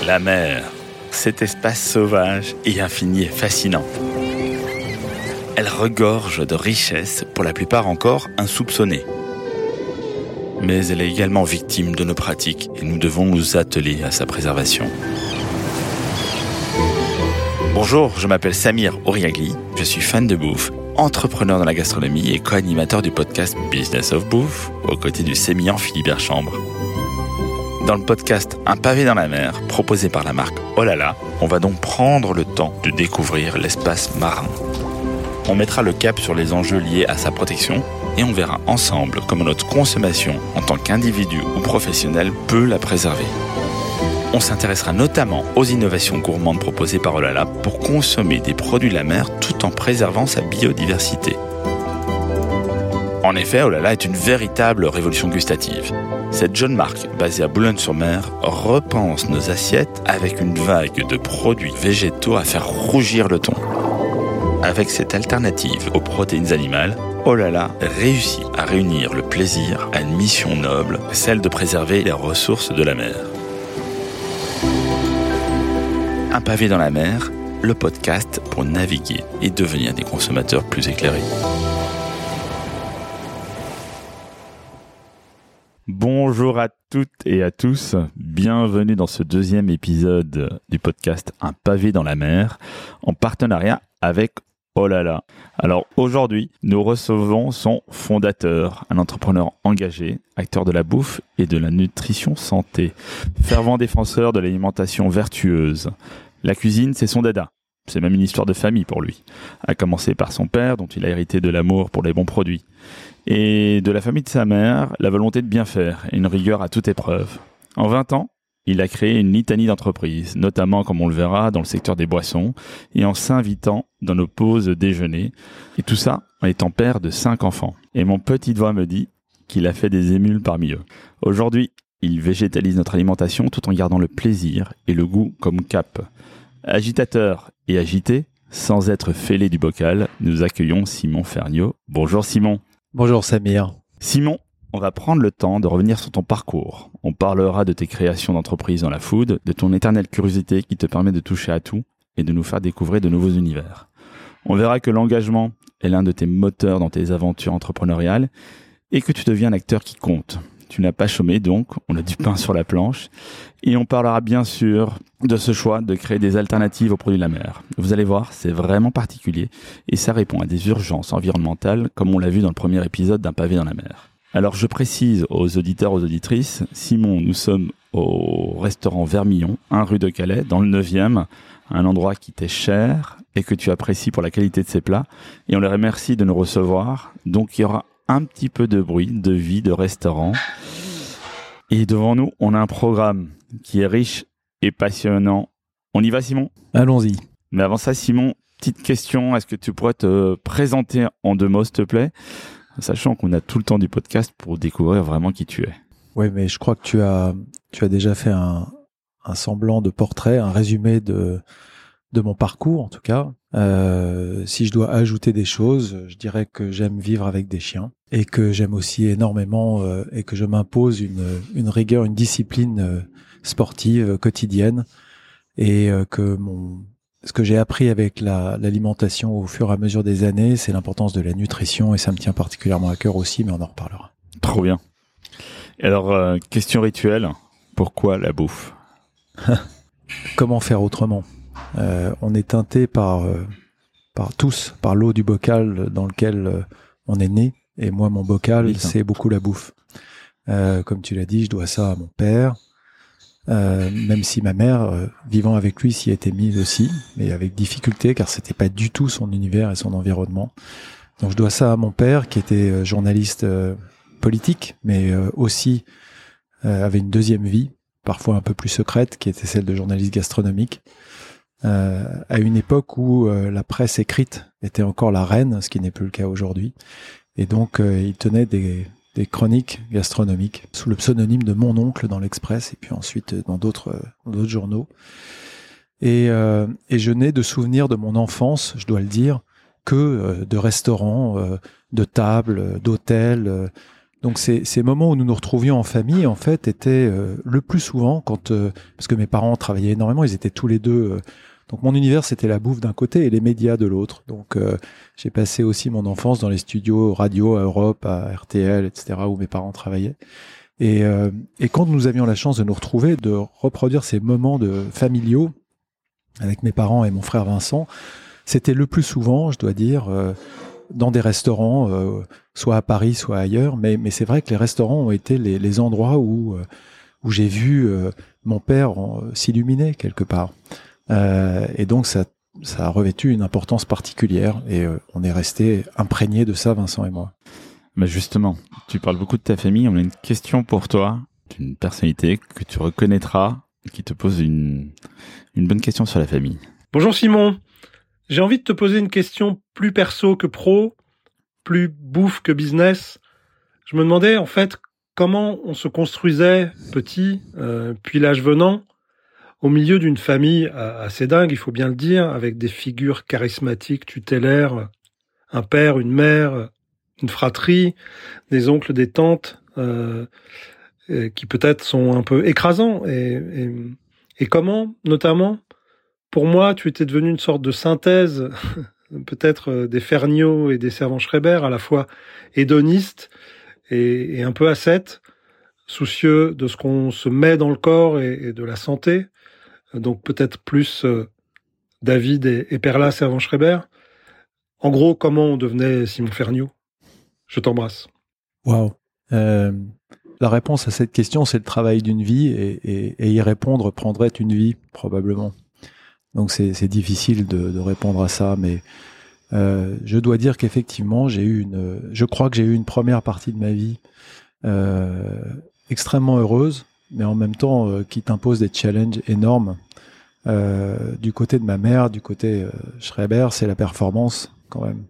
La mer, cet espace sauvage et infini est fascinant. Elle regorge de richesses, pour la plupart encore insoupçonnées. Mais elle est également victime de nos pratiques et nous devons nous atteler à sa préservation. Bonjour, je m'appelle Samir Oriagli, je suis fan de bouffe, entrepreneur dans la gastronomie et co-animateur du podcast Business of Bouffe, aux côtés du sémillant Philibert Chambre. Dans le podcast Un pavé dans la mer, proposé par la marque Olala, on va donc prendre le temps de découvrir l'espace marin. On mettra le cap sur les enjeux liés à sa protection et on verra ensemble comment notre consommation en tant qu'individu ou professionnel peut la préserver. On s'intéressera notamment aux innovations gourmandes proposées par Olala pour consommer des produits de la mer tout en préservant sa biodiversité. En effet, Olala est une véritable révolution gustative. Cette jeune marque, basée à Boulogne-sur-Mer, repense nos assiettes avec une vague de produits végétaux à faire rougir le thon. Avec cette alternative aux protéines animales, Olala réussit à réunir le plaisir à une mission noble, celle de préserver les ressources de la mer. Un pavé dans la mer, le podcast pour naviguer et devenir des consommateurs plus éclairés. Bonjour à toutes et à tous, bienvenue dans ce deuxième épisode du podcast Un pavé dans la mer, en partenariat avec Olala. Alors aujourd'hui, nous recevons son fondateur, un entrepreneur engagé, acteur de la bouffe et de la nutrition santé, fervent défenseur de l'alimentation vertueuse. La cuisine, c'est son dada. C'est même une histoire de famille pour lui. À commencer par son père, dont il a hérité de l'amour pour les bons produits. Et de la famille de sa mère, la volonté de bien faire et une rigueur à toute épreuve. En 20 ans, il a créé une litanie d'entreprises, notamment, comme on le verra, dans le secteur des boissons, et en s'invitant dans nos pauses déjeuner. Et tout ça en étant père de 5 enfants. Et mon petit doigt me dit qu'il a fait des émules parmi eux. Aujourd'hui, il végétalise notre alimentation tout en gardant le plaisir et le goût comme cap. Agitateur et agité, sans être fêlé du bocal, nous accueillons Simon Ferniaud. Bonjour Simon. Bonjour Samir. Simon, on va prendre le temps de revenir sur ton parcours. On parlera de tes créations d'entreprise dans la food, de ton éternelle curiosité qui te permet de toucher à tout et de nous faire découvrir de nouveaux univers. On verra que l'engagement est l'un de tes moteurs dans tes aventures entrepreneuriales et que tu deviens un acteur qui compte. Tu n'as pas chômé donc, on a du pain sur la planche. Et on parlera bien sûr de ce choix de créer des alternatives aux produits de la mer. Vous allez voir, c'est vraiment particulier et ça répond à des urgences environnementales comme on l'a vu dans le premier épisode d'Un pavé dans la mer. Alors je précise aux auditeurs, aux auditrices, Simon, nous sommes au restaurant Vermillon, 1 rue de Calais, dans le 9e, un endroit qui t'est cher et que tu apprécies pour la qualité de ses plats. Et on les remercie de nous recevoir. Donc il y aura un petit peu de bruit, de vie, de restaurant. Et devant nous, on a un programme qui est riche et passionnant. On y va, Simon ? Allons-y. Mais avant ça, Simon, petite question. Est-ce que tu pourrais te présenter en 2 mots, s'il te plaît ? Sachant qu'on a tout le temps du podcast pour découvrir vraiment qui tu es. Oui, mais je crois que tu as déjà fait un semblant de portrait, un résumé de mon parcours, en tout cas. Si je dois ajouter des choses, je dirais que j'aime vivre avec des chiens et que j'aime aussi énormément et que je m'impose une rigueur, une discipline sportive quotidienne et ce que j'ai appris avec l'alimentation au fur et à mesure des années, c'est l'importance de la nutrition et ça me tient particulièrement à cœur aussi, mais on en reparlera. Trop bien. Et alors, question rituelle, pourquoi la bouffe ? Comment faire autrement ? On est teinté par l'eau du bocal dans lequel on est né. Et moi, mon bocal, c'est beaucoup la bouffe. Comme tu l'as dit, je dois ça à mon père. Même si ma mère, vivant avec lui, s'y était mise aussi, mais avec difficulté, car c'était pas du tout son univers et son environnement. Donc je dois ça à mon père, qui était journaliste politique, mais aussi avait une deuxième vie, parfois un peu plus secrète, qui était celle de journaliste gastronomique. À une époque où la presse écrite était encore la reine, ce qui n'est plus le cas aujourd'hui. Et donc, il tenait des chroniques gastronomiques sous le pseudonyme de mon oncle dans l'Express et puis ensuite dans d'autres journaux. Et je n'ai de souvenirs de mon enfance, je dois le dire, que de restaurants, de tables, d'hôtels, Donc ces moments où nous nous retrouvions en famille, en fait, étaient le plus souvent parce que mes parents travaillaient énormément, ils étaient tous les deux. Donc mon univers, c'était la bouffe d'un côté et les médias de l'autre. Donc j'ai passé aussi mon enfance dans les studios radio à Europe, à RTL, etc., où mes parents travaillaient. Et quand nous avions la chance de nous retrouver, de reproduire ces moments familiaux avec mes parents et mon frère Vincent, c'était le plus souvent, je dois dire, dans des restaurants, soit à Paris, soit ailleurs. Mais c'est vrai que les restaurants ont été les endroits où j'ai vu mon père s'illuminer quelque part. Et donc ça a revêtu une importance particulière et on est resté imprégné de ça, Vincent et moi. Mais justement, tu parles beaucoup de ta famille. On a une question pour toi, d'une personnalité que tu reconnaîtras, qui te pose une bonne question sur la famille. Bonjour Simon, j'ai envie de te poser une question plus perso que pro, plus bouffe que business. Je me demandais en fait comment on se construisait petit, puis l'âge venant, au milieu d'une famille assez dingue, il faut bien le dire, avec des figures charismatiques, tutélaires, un père, une mère, une fratrie, des oncles, des tantes, qui peut-être sont un peu écrasants. Et comment, notamment, pour moi, tu étais devenu une sorte de synthèse, peut-être des Ferniaud et des Servan-Schreiber, à la fois hédoniste et un peu ascète, soucieux de ce qu'on se met dans le corps et de la santé. Donc peut-être plus David et Perla Servan-Schreiber. En gros, comment on devenait Simon Ferniaud ? Je t'embrasse. Waouh. La réponse à cette question, c'est le travail d'une vie et y répondre prendrait une vie, probablement. Donc c'est difficile de répondre à ça, mais je dois dire qu'effectivement, je crois que j'ai eu une première partie de ma vie extrêmement heureuse, mais en même temps qui t'impose des challenges énormes. Du côté de ma mère, du côté Schreiber, c'est la performance quand même.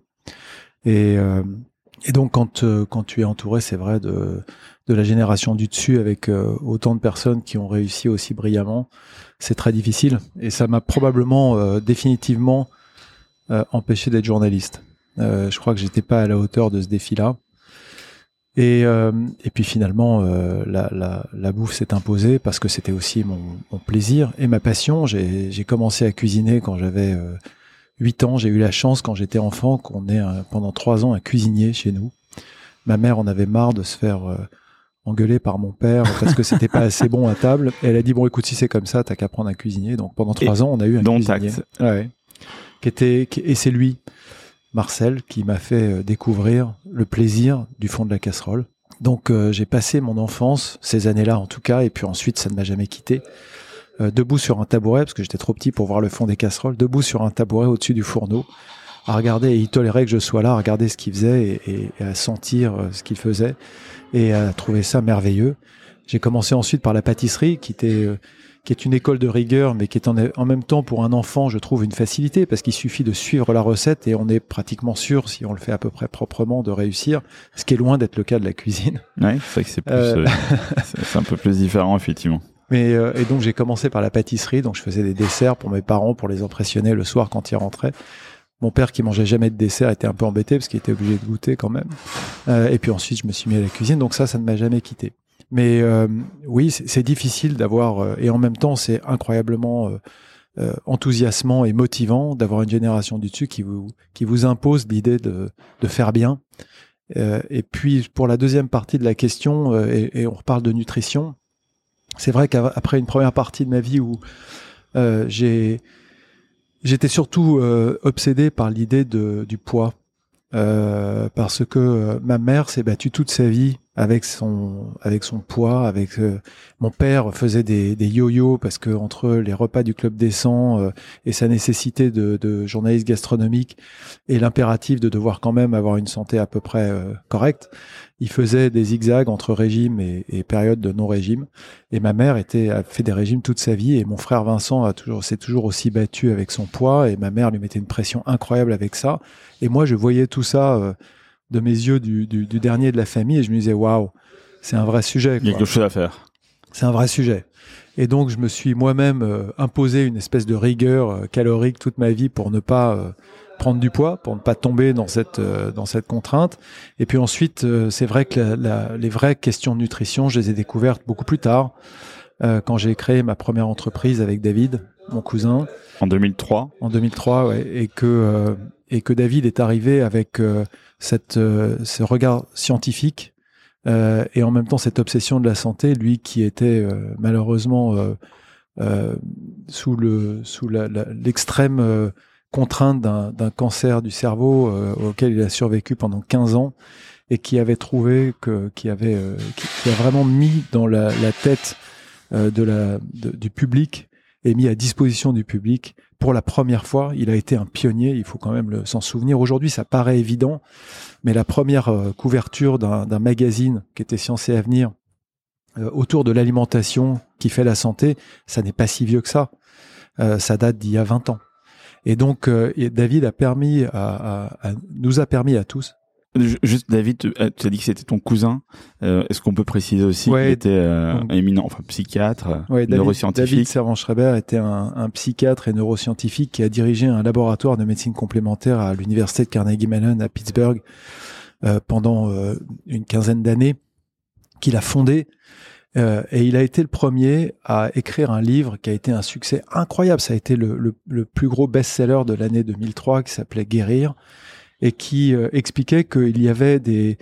Et donc quand tu es entouré, c'est vrai, de la génération du dessus avec autant de personnes qui ont réussi aussi brillamment, c'est très difficile. Et ça m'a probablement définitivement empêché d'être journaliste. Je crois que j'étais pas à la hauteur de ce défi-là. Et puis finalement, la bouffe s'est imposée parce que c'était aussi mon plaisir et ma passion. J'ai commencé à cuisiner quand j'avais 8 ans. J'ai eu la chance, quand j'étais enfant, qu'on ait pendant 3 ans un cuisinier chez nous. Ma mère en avait marre de se faire engueuler par mon père parce que c'était pas assez bon à table. Et elle a dit, bon, écoute, si c'est comme ça, t'as qu'à prendre un cuisinier. Donc pendant 3 ans, on a eu un cuisinier. Ouais. Et c'est lui, Marcel, qui m'a fait découvrir le plaisir du fond de la casserole. Donc j'ai passé mon enfance, ces années-là en tout cas, et puis ensuite ça ne m'a jamais quitté, debout sur un tabouret, parce que j'étais trop petit pour voir le fond des casseroles, debout sur un tabouret au-dessus du fourneau, à regarder, et il tolérait que je sois là, à regarder ce qu'il faisait et à sentir ce qu'il faisait, et à trouver ça merveilleux. J'ai commencé ensuite par la pâtisserie, qui est une école de rigueur, mais qui est en même temps pour un enfant, je trouve, une facilité, parce qu'il suffit de suivre la recette et on est pratiquement sûr, si on le fait à peu près proprement, de réussir, ce qui est loin d'être le cas de la cuisine. Ouais, c'est vrai que c'est plus, c'est un peu plus différent, effectivement. Et donc j'ai commencé par la pâtisserie, donc je faisais des desserts pour mes parents, pour les impressionner le soir quand ils rentraient. Mon père, qui mangeait jamais de dessert, était un peu embêté parce qu'il était obligé de goûter quand même. Et puis ensuite, je me suis mis à la cuisine, donc ça ne m'a jamais quitté. Mais oui, c'est difficile d'avoir, et en même temps, c'est incroyablement enthousiasmant et motivant d'avoir une génération du dessus qui vous impose l'idée de faire bien. Et puis, pour la deuxième partie de la question, et on reparle de nutrition, c'est vrai qu'après une première partie de ma vie où j'étais surtout obsédé par l'idée du poids, parce que ma mère s'est battue toute sa vie avec son poids, mon père faisait des yo-yo parce que entre les repas du Club des 100 et sa nécessité de journaliste gastronomique et l'impératif de devoir quand même avoir une santé à peu près correcte, il faisait des zigzags entre régime et période de non-régime. Et ma mère a fait des régimes toute sa vie et mon frère Vincent s'est toujours aussi battu avec son poids et ma mère lui mettait une pression incroyable avec ça. Et moi, je voyais tout ça de mes yeux du dernier de la famille et je me disais waouh, c'est un vrai sujet. Il y a quelque chose à faire. C'est un vrai sujet. Et donc je me suis moi-même imposé une espèce de rigueur calorique toute ma vie pour ne pas prendre du poids, pour ne pas tomber dans cette contrainte. Et puis ensuite, c'est vrai que les vraies questions de nutrition, je les ai découvertes beaucoup plus tard, quand j'ai créé ma première entreprise avec David, mon cousin. En 2003. En 2003, ouais, et que David est arrivé avec ce regard scientifique et en même temps cette obsession de la santé, lui qui était malheureusement sous l'extrême contrainte d'un cancer du cerveau auquel il a survécu pendant 15 ans et qui avait trouvé qui a vraiment mis dans la tête du public et mis à disposition du public pour la première fois. Il a été un pionnier, il faut quand même s'en souvenir. Aujourd'hui, ça paraît évident, mais la première couverture d'un magazine qui était Science et Avenir autour de l'alimentation qui fait la santé, ça n'est pas si vieux que ça. Ça date d'il y a 20 ans. Et donc, David nous a permis à tous. Juste, David, tu as dit que c'était ton cousin. Est-ce qu'on peut préciser aussi qu'il était éminent, enfin psychiatre, neuroscientifique? David Servan-Schreiber était un psychiatre et neuroscientifique qui a dirigé un laboratoire de médecine complémentaire à l'université de Carnegie Mellon à Pittsburgh pendant une quinzaine d'années, qu'il a fondé. Et il a été le premier à écrire un livre qui a été un succès incroyable. Ça a été le plus gros best-seller de l'année 2003 qui s'appelait Guérir et qui expliquait qu'il y avait des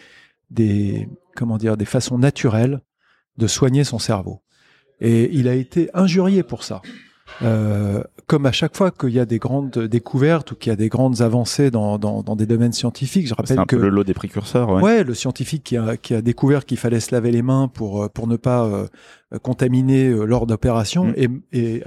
façons naturelles de soigner son cerveau. Et il a été injurié pour ça. Comme à chaque fois qu'il y a des grandes découvertes ou qu'il y a des grandes avancées dans des domaines scientifiques, je rappelle c'est un peu le lot des précurseurs. Ouais, le scientifique qui a découvert qu'il fallait se laver les mains pour ne pas contaminer lors d'opérations et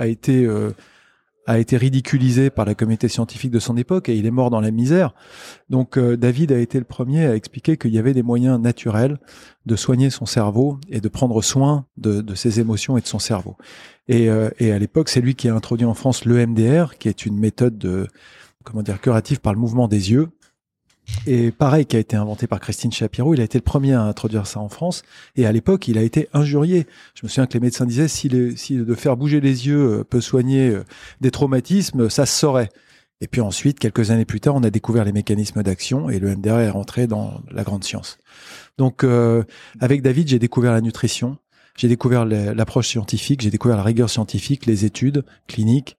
a été ridiculisé par la communauté scientifique de son époque et il est mort dans la misère. Donc David a été le premier à expliquer qu'il y avait des moyens naturels de soigner son cerveau et de prendre soin de ses émotions et de son cerveau. Et à l'époque, c'est lui qui a introduit en France l'EMDR, qui est une méthode curative par le mouvement des yeux. Et pareil, qui a été inventé par Christine Shapiro, il a été le premier à introduire ça en France. Et à l'époque, il a été injurié. Je me souviens que les médecins disaient si de faire bouger les yeux peut soigner des traumatismes, ça se saurait. Et puis ensuite, quelques années plus tard, on a découvert les mécanismes d'action et le MDR est rentré dans la grande science. Donc, avec David, j'ai découvert la nutrition, j'ai découvert l'approche scientifique, j'ai découvert la rigueur scientifique, les études cliniques,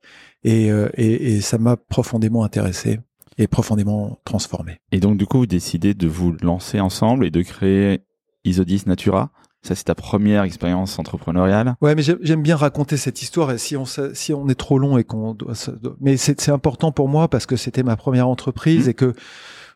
et ça m'a profondément intéressé et profondément transformé. Et donc, du coup, vous décidez de vous lancer ensemble et de créer Isodis Natura. Ça, c'est ta première expérience entrepreneuriale. Ouais, mais j'aime bien raconter cette histoire. Et si on est trop long et mais c'est important pour moi parce que c'était ma première entreprise et que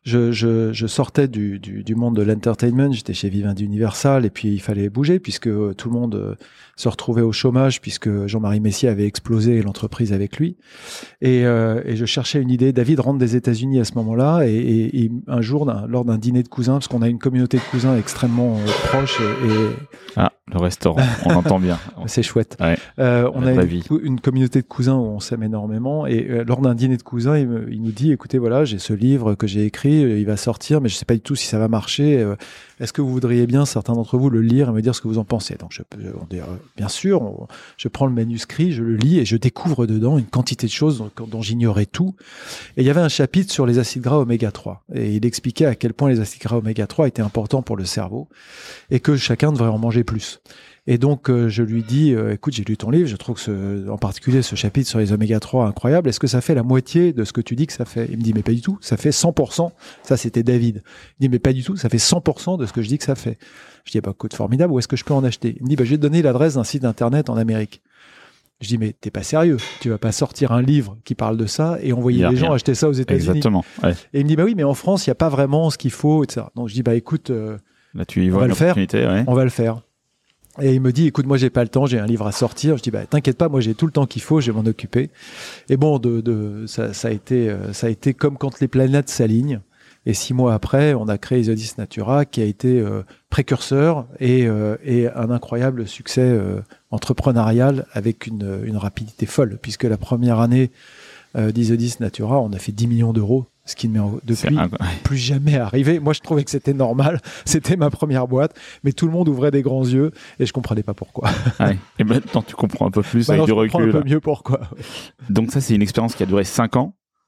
je sortais du monde de l'entertainment. J'étais chez Vivendi Universal et puis il fallait bouger puisque tout le monde se retrouvait au chômage puisque Jean-Marie Messier avait explosé l'entreprise avec lui. Et je cherchais une idée. David rentre des États-Unis à ce moment-là et un jour, lors d'un dîner de cousins, parce qu'on a une communauté de cousins extrêmement proche Ah, le restaurant, on entend bien. C'est chouette. Ouais, on a une communauté de cousins où on s'aime énormément et lors d'un dîner de cousins, il nous dit, écoutez, voilà, j'ai ce livre que j'ai écrit, il va sortir, mais je sais pas du tout si ça va marcher. Est-ce que vous voudriez bien, certains d'entre vous, le lire et me dire ce que vous en pensez? Donc, on dit, bien sûr, je prends le manuscrit, je le lis et je découvre dedans une quantité de choses dont j'ignorais tout. Et il y avait un chapitre sur les acides gras oméga 3. Et il expliquait à quel point les acides gras oméga 3 étaient importants pour le cerveau et que chacun devrait en manger plus. Et donc, je lui dis, écoute, j'ai lu ton livre, je trouve que en particulier ce chapitre sur les oméga 3 incroyable. Est-ce que ça fait la moitié de ce que tu dis que ça fait? Il me dit, mais pas du tout, ça fait 100%. Ça, c'était David. Il dit, mais pas du tout, ça fait 100% de ce que je dis que ça fait. Je dis, bah, écoute, formidable, où est-ce que je peux en acheter? Il me dit, bah, je vais te donner l'adresse d'un site internet en Amérique. Je dis, mais t'es pas sérieux. Tu vas pas sortir un livre qui parle de ça et envoyer les gens acheter ça aux États-Unis. Exactement. Ouais. Et il me dit, bah oui, mais en France, il n'y a pas vraiment ce qu'il faut, etc. Donc, je dis, bah, écoute, là, tu y vois une opportunité, ouais. On va le faire. Et il me dit, écoute, moi, j'ai pas le temps, j'ai un livre à sortir. Je dis, bah, t'inquiète pas, moi, j'ai tout le temps qu'il faut, je vais m'en occuper. Et bon, ça a été comme quand les planètes s'alignent. Et 6 mois après, on a créé Isodis Natura, qui a été précurseur et un incroyable succès entrepreneurial avec une rapidité folle, puisque la première année d'Isodis Natura, on a fait 10 millions d'euros. Ce qui ne m'est depuis plus jamais arrivé. Moi, je trouvais que c'était normal. C'était ma première boîte. Mais tout le monde ouvrait des grands yeux et je comprenais pas pourquoi. Ouais. Et maintenant, tu comprends un peu plus avec du recul. Je comprends un peu mieux pourquoi. Donc ça, c'est une expérience qui a duré 5 ans.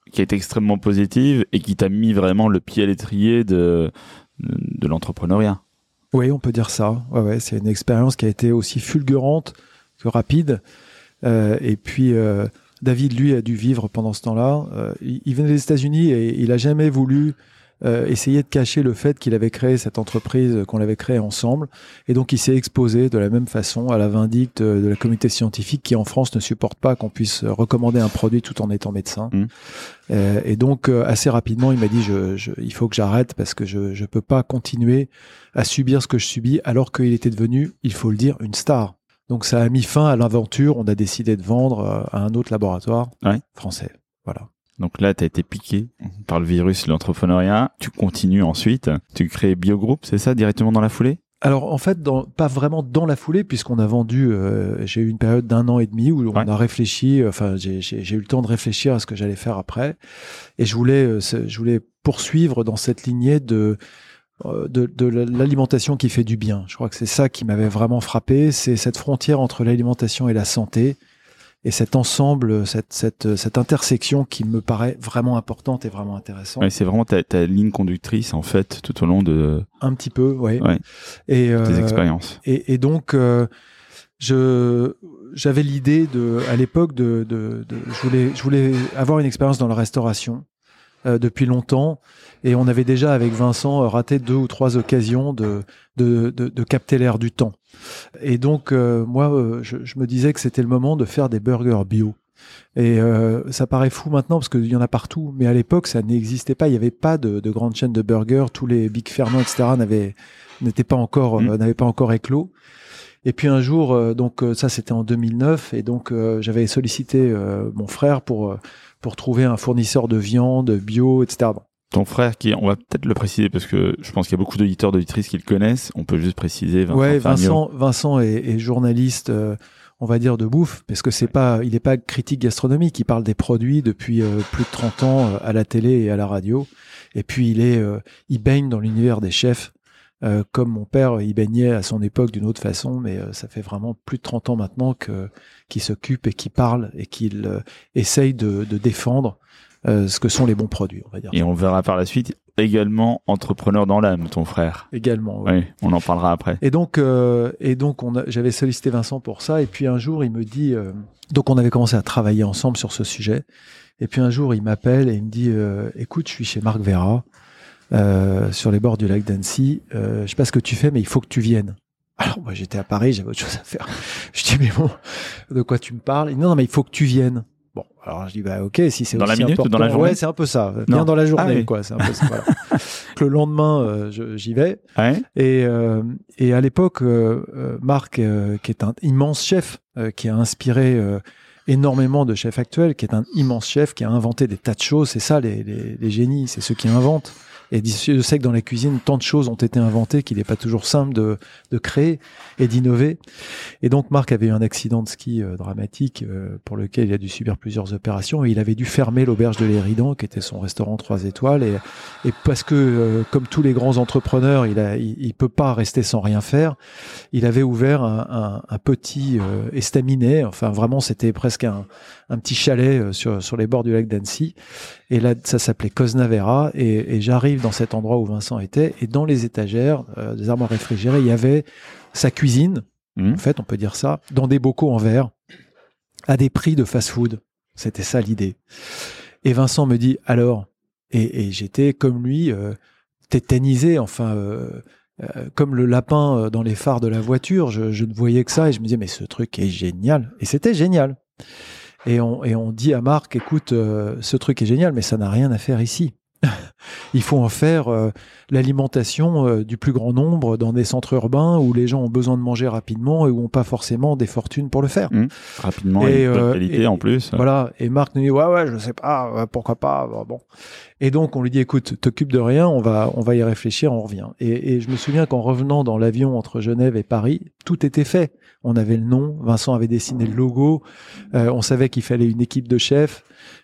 qui a été extrêmement positive et qui t'a mis vraiment le pied à l'étrier de l'entrepreneuriat. Oui, on peut dire ça. Ouais, c'est une expérience qui a été aussi fulgurante que rapide. Et puis, David, lui, a dû vivre pendant ce temps-là. Il venait des États-Unis et il n'a jamais voulu essayer de cacher le fait qu'il avait créé cette entreprise, qu'on l'avait créée ensemble. Et donc, il s'est exposé de la même façon à la vindicte de la communauté scientifique qui, en France, ne supporte pas qu'on puisse recommander un produit tout en étant médecin. Et donc, assez rapidement, il m'a dit il faut que j'arrête parce que je peux pas continuer à subir ce que je subis alors qu'il était devenu, il faut le dire, une star. Donc, ça a mis fin à l'aventure. On a décidé de vendre à un autre laboratoire français. Voilà. Donc là, tu as été piqué par le virus de l'entrepreneuriat. Tu continues ensuite. Tu crées Biogroup, c'est ça, directement dans la foulée? Alors, en fait, pas vraiment dans la foulée, puisqu'on a vendu... j'ai eu une période d'1 an et demi où on a réfléchi... Enfin, j'ai eu le temps de réfléchir à ce que j'allais faire après. Et je voulais poursuivre dans cette lignée de l'alimentation qui fait du bien. Je crois que c'est ça qui m'avait vraiment frappé. C'est cette frontière entre l'alimentation et la santé. Et cet ensemble, cette intersection qui me paraît vraiment importante et vraiment intéressante. Ouais, c'est vraiment ta ligne conductrice, en fait, tout au long de... Un petit peu, oui. Ouais. Et tes expériences. Et donc, j'avais l'idée à l'époque je voulais avoir une expérience dans la restauration depuis longtemps. Et on avait déjà, avec Vincent, raté 2 ou 3 occasions de capter l'air du temps. Et donc, moi, je me disais que c'était le moment de faire des burgers bio. Et ça paraît fou maintenant parce qu'il y en a partout. Mais à l'époque, ça n'existait pas. Il n'y avait pas de grandes chaînes de burgers. Tous les Big Fernand, etc. n'avaient pas encore éclos. Et puis un jour, donc ça c'était en 2009, et donc j'avais sollicité mon frère pour trouver un fournisseur de viande bio, etc. Bon. Ton frère, on va peut-être le préciser parce que je pense qu'il y a beaucoup d'auditeurs, d'auditrices qui le connaissent. On peut juste préciser. Vincent est journaliste, on va dire de bouffe, parce que il n'est pas critique gastronomique. Il parle des produits depuis plus de 30 ans à la télé et à la radio. Et puis il baigne dans l'univers des chefs. Comme mon père, il baignait à son époque d'une autre façon, mais ça fait vraiment plus de 30 ans maintenant qu'il s'occupe et qu'il parle et qu'il essaye de défendre ce que sont les bons produits, on va dire. Et on verra par la suite, également entrepreneur dans l'âme, ton frère. Également, oui. On en parlera après. Et donc j'avais sollicité Vincent pour ça, et puis un jour, il me dit... donc on avait commencé à travailler ensemble sur ce sujet, et puis un jour, il m'appelle et il me dit écoute, je suis chez Marc Vera, sur les bords du lac d'Annecy, je sais pas ce que tu fais, mais il faut que tu viennes. Alors moi j'étais à Paris, j'avais autre chose à faire. Je dis mais bon, de quoi tu me parles? Il dit, non mais il faut que tu viennes. Bon, alors je dis bah ok, si c'est dans aussi la minute important, ou dans la journée? Ouais, c'est un peu ça. Bien dans la journée, quoi. C'est un peu ça. Voilà. Le lendemain, j'y vais. Ouais. Et à l'époque, Marc, qui est un immense chef, qui a inspiré énormément de chefs actuels, qui est un immense chef, qui a inventé des tas de choses. C'est ça les génies, c'est ceux qui inventent. Et je sais que dans la cuisine, tant de choses ont été inventées qu'il n'est pas toujours simple de créer et d'innover. Et donc, Marc avait eu un accident de ski dramatique pour lequel il a dû subir plusieurs opérations. Et il avait dû fermer l'auberge de l'Éridan, qui était son restaurant 3 étoiles. Et parce que, comme tous les grands entrepreneurs, il peut pas rester sans rien faire. Il avait ouvert un petit estaminet. Enfin, vraiment, c'était presque un petit chalet sur les bords du lac d'Annecy. Et là, ça s'appelait Cosnavera. Et j'arrive dans cet endroit où Vincent était, et dans les étagères des armoires réfrigérées, il y avait sa cuisine, en fait, on peut dire ça, dans des bocaux en verre, à des prix de fast-food. C'était ça l'idée. Et Vincent me dit, alors, et j'étais comme lui, tétanisé, enfin, comme le lapin dans les phares de la voiture, je ne voyais que ça, et je me disais, mais ce truc est génial. Et c'était génial. Et on dit à Marc, écoute, ce truc est génial, mais ça n'a rien à faire ici. Il faut en faire l'alimentation du plus grand nombre dans des centres urbains où les gens ont besoin de manger rapidement et où n'ont pas forcément des fortunes pour le faire. Rapidement et de bonne qualité en plus. Voilà. Et Marc nous dit ouais, je sais pas, pourquoi pas. Bon. Et donc on lui dit écoute, t'occupe de rien, on va y réfléchir, on revient. Et je me souviens qu'en revenant dans l'avion entre Genève et Paris, tout était fait. On avait le nom, Vincent avait dessiné le logo, on savait qu'il fallait une équipe de chefs.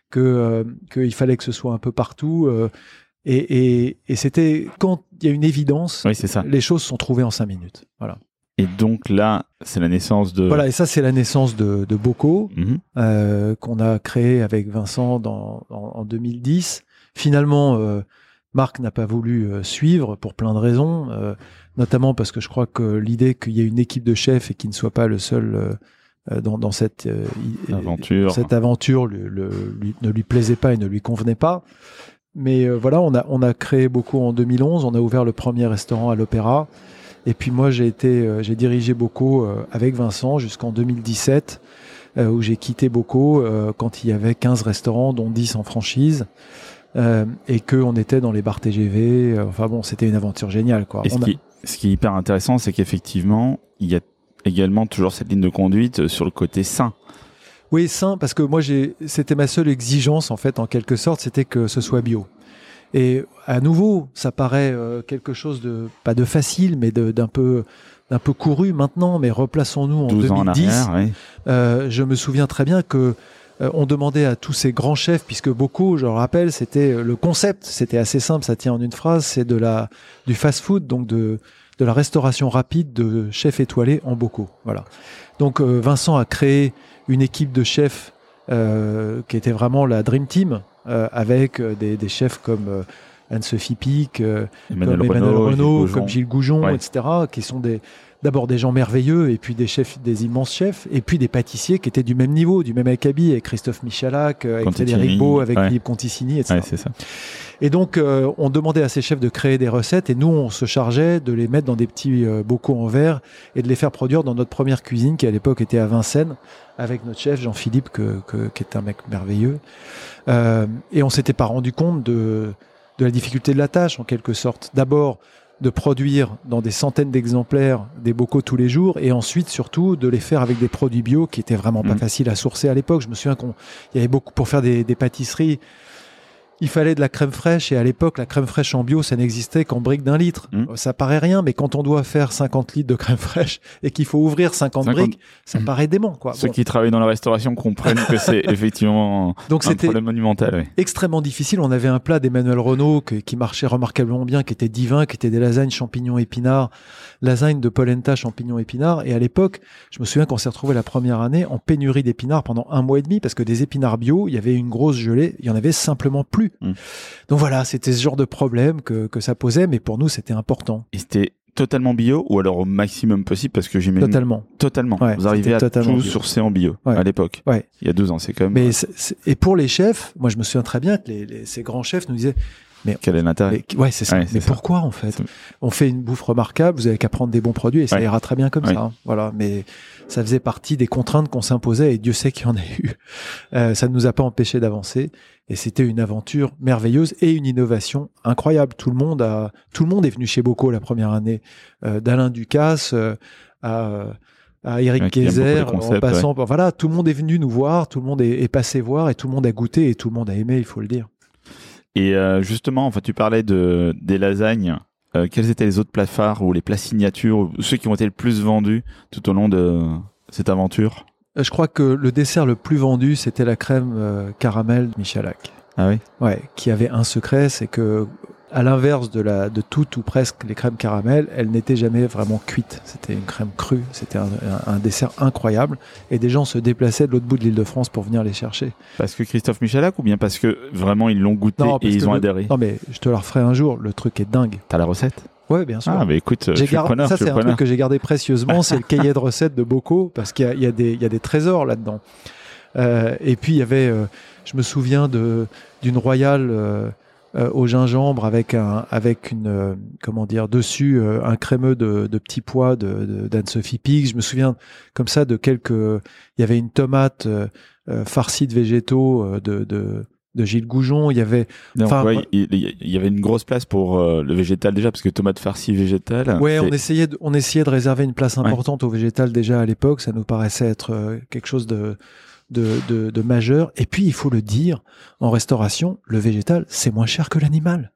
Qu'il fallait que ce soit un peu partout et c'était quand il y a une évidence, oui, c'est ça. Les choses sont trouvées en 5 minutes. Voilà. Et donc là, c'est la naissance de... Voilà, et ça, c'est la naissance de Bocaux, qu'on a créé avec Vincent en 2010. Finalement, Marc n'a pas voulu suivre pour plein de raisons, notamment parce que je crois que l'idée qu'il y ait une équipe de chefs et qu'il ne soit pas le seul dans cette aventure ne lui plaisait pas et ne lui convenait pas. Mais voilà, on a créé Bocaux en 2011, on a ouvert le premier restaurant à l'Opéra. Et puis moi, j'ai dirigé Bocaux avec Vincent jusqu'en 2017, où j'ai quitté Bocaux quand il y avait 15 restaurants, dont 10 en franchise, et qu'on était dans les bars TGV. Enfin bon, c'était une aventure géniale, quoi. Et ce qui est hyper intéressant, c'est qu'effectivement, il y a également toujours cette ligne de conduite sur le côté sain. Oui, sain, parce que moi, c'était ma seule exigence, en fait, en quelque sorte, c'était que ce soit bio. Et à nouveau, ça paraît quelque chose de pas de facile, mais d'un peu couru maintenant. Mais replaçons-nous en 2010. En arrière, oui. Je me souviens très bien que on demandait à tous ces grands chefs, puisque Bocaux, je le rappelle, c'était le concept, c'était assez simple, ça tient en une phrase, c'est du fast-food, donc de la restauration rapide de chefs étoilés en Bocaux. Voilà. Donc Vincent a créé une équipe de chefs qui était vraiment la Dream Team. Avec des chefs comme Anne-Sophie Pic, comme Emmanuel Renaud, comme Gilles Goujon, etc., qui sont d'abord des gens merveilleux, et puis des immenses chefs, et puis des pâtissiers qui étaient du même niveau, du même acabit, avec Christophe Michalac, avec Frédéric Beau, avec Philippe Conticini, etc. Ouais, c'est ça. Et donc, on demandait à ces chefs de créer des recettes, et nous, on se chargeait de les mettre dans des petits bocaux en verre et de les faire produire dans notre première cuisine, qui à l'époque était à Vincennes, avec notre chef Jean-Philippe, qui est un mec merveilleux. Et on s'était pas rendu compte de la difficulté de la tâche, en quelque sorte. D'abord, de produire dans des centaines d'exemplaires des bocaux tous les jours, et ensuite, surtout, de les faire avec des produits bio qui étaient vraiment pas faciles à sourcer à l'époque. Je me souviens qu'il y avait beaucoup, pour faire des pâtisseries, il fallait de la crème fraîche, et à l'époque, la crème fraîche en bio, ça n'existait qu'en briques d'1 litre. Ça paraît rien, mais quand on doit faire 50 litres de crème fraîche et qu'il faut ouvrir 50 briques, ça paraît dément, quoi. Ceux qui travaillent dans la restauration comprennent que c'est effectivement donc un problème monumental. Oui. Extrêmement difficile. On avait un plat d'Emmanuel Renaud qui marchait remarquablement bien, qui était divin, qui était des lasagnes champignons épinards, lasagne de polenta champignons épinards. Et à l'époque, je me souviens qu'on s'est retrouvé la première année en pénurie d'épinards pendant 1 mois et demi, parce que des épinards bio, il y avait une grosse gelée, il y en avait simplement plus. Donc voilà, c'était ce genre de problème que ça posait, mais pour nous, c'était important. Et c'était totalement bio, ou alors au maximum possible, parce que j'imagine... Totalement. Ouais, vous arrivez à tout sourcer en bio, à l'époque. Ouais. Il y a 2 ans, c'est quand même... Mais et pour les chefs, moi je me souviens très bien que ces grands chefs nous disaient... Mais quel est l'intérêt? Ouais, c'est ça. Mais pourquoi, en fait? On fait une bouffe remarquable, vous avez qu'à prendre des bons produits et ça ira très bien comme ça. Hein. Voilà. Mais ça faisait partie des contraintes qu'on s'imposait, et Dieu sait qu'il y en a eu. Ça ne nous a pas empêché d'avancer, et c'était une aventure merveilleuse et une innovation incroyable. Tout le monde est venu chez Bocaux la première année, d'Alain Ducasse à Eric Kayser, en passant par, voilà, tout le monde est venu nous voir, tout le monde est passé voir, et tout le monde a goûté, et tout le monde a aimé, il faut le dire. Et justement, enfin, tu parlais des lasagnes. Quels étaient les autres plats phares ou les plats signatures, ou ceux qui ont été le plus vendus tout au long de cette aventure? Je crois que le dessert le plus vendu, c'était la crème caramel de Michalak. Ah oui? Ouais, qui avait un secret, c'est que, à l'inverse de toutes ou presque les crèmes caramel, elle n'était jamais vraiment cuite. C'était une crème crue. C'était un dessert incroyable. Et des gens se déplaçaient de l'autre bout de l'Île-de-France pour venir les chercher. Parce que Christophe Michalak, ou bien parce que vraiment ils l'ont goûté et ils ont adhéré? Non, mais je te la referai un jour. Le truc est dingue. T'as la recette? Ouais, bien sûr. Ah, mais écoute, ça c'est un truc que j'ai gardé précieusement. C'est le cahier de recettes de Bocaux, parce qu'il y a des trésors là-dedans. Et puis il y avait, je me souviens d'une royale au gingembre avec une dessus un crémeux de petits pois d'Anne-Sophie Pic. Je me souviens comme ça il y avait une tomate farcie de végétaux de Gilles Goujon. Il y avait il y avait une grosse place pour le végétal déjà, parce que tomate farcie végétale. Ouais, on essayait de réserver une place importante au végétal déjà à l'époque. Ça nous paraissait être quelque chose de majeur. Et puis il faut le dire, en restauration, le végétal c'est moins cher que l'animal,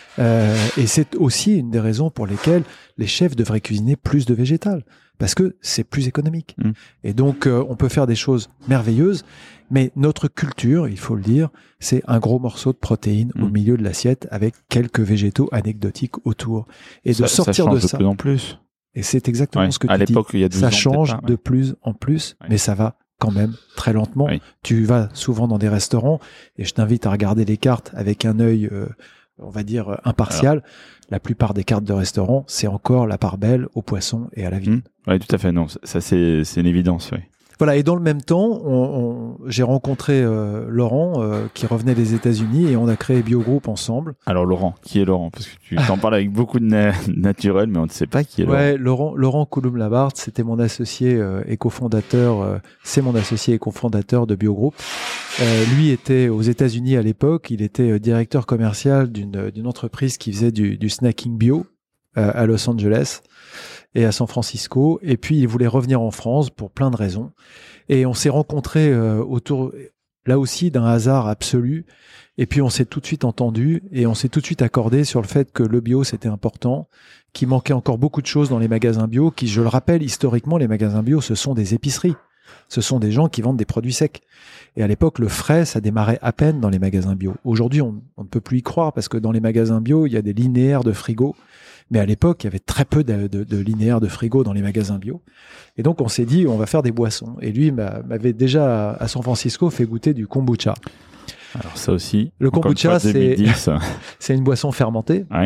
et c'est aussi une des raisons pour lesquelles les chefs devraient cuisiner plus de végétal, parce que c'est plus économique. Et donc on peut faire des choses merveilleuses, mais notre culture, il faut le dire, c'est un gros morceau de protéines au milieu de l'assiette avec quelques végétaux anecdotiques autour. Et de sortir de ça, de plus en plus. Et c'est exactement ce que tu dis. À l'époque, il y a 12 ans, ça change pas, de plus en plus, mais ça va quand même très lentement. Tu vas souvent dans des restaurants et je t'invite à regarder les cartes avec un œil, on va dire, impartial. Alors, la plupart des cartes de restaurants, c'est encore la part belle au poisson et à la viande. Oui, tout à fait. Non, ça c'est une évidence. Oui. Voilà, et dans le même temps, j'ai rencontré Laurent qui revenait des États-Unis et on a créé Biogroup ensemble. Alors Laurent, qui est Laurent? Parce que tu t'en parles avec beaucoup de naturel, mais on ne sait pas qui est Laurent. Ouais, Laurent Coulomb-Labarthe, c'était mon associé et cofondateur. C'est mon associé et cofondateur de Biogroup. Lui était aux États-Unis à l'époque. Il était directeur commercial d'une entreprise qui faisait du snacking bio à Los Angeles et à San Francisco, et puis il voulait revenir en France pour plein de raisons. Et on s'est rencontrés autour, là aussi, d'un hasard absolu. Et puis on s'est tout de suite entendu et on s'est tout de suite accordé sur le fait que le bio c'était important, qu'il manquait encore beaucoup de choses dans les magasins bio, qui, je le rappelle, historiquement, les magasins bio, ce sont des épiceries. Ce sont des gens qui vendent des produits secs. Et à l'époque, le frais, ça démarrait à peine dans les magasins bio. Aujourd'hui, on ne peut plus y croire parce que dans les magasins bio, il y a des linéaires de frigo. Mais à l'époque, il y avait très peu de linéaires de frigo dans les magasins bio. Et donc, on s'est dit, on va faire des boissons. Et lui m'avait déjà, à San Francisco, fait goûter du kombucha. Alors ça aussi, le kombucha, c'est une boisson fermentée, oui.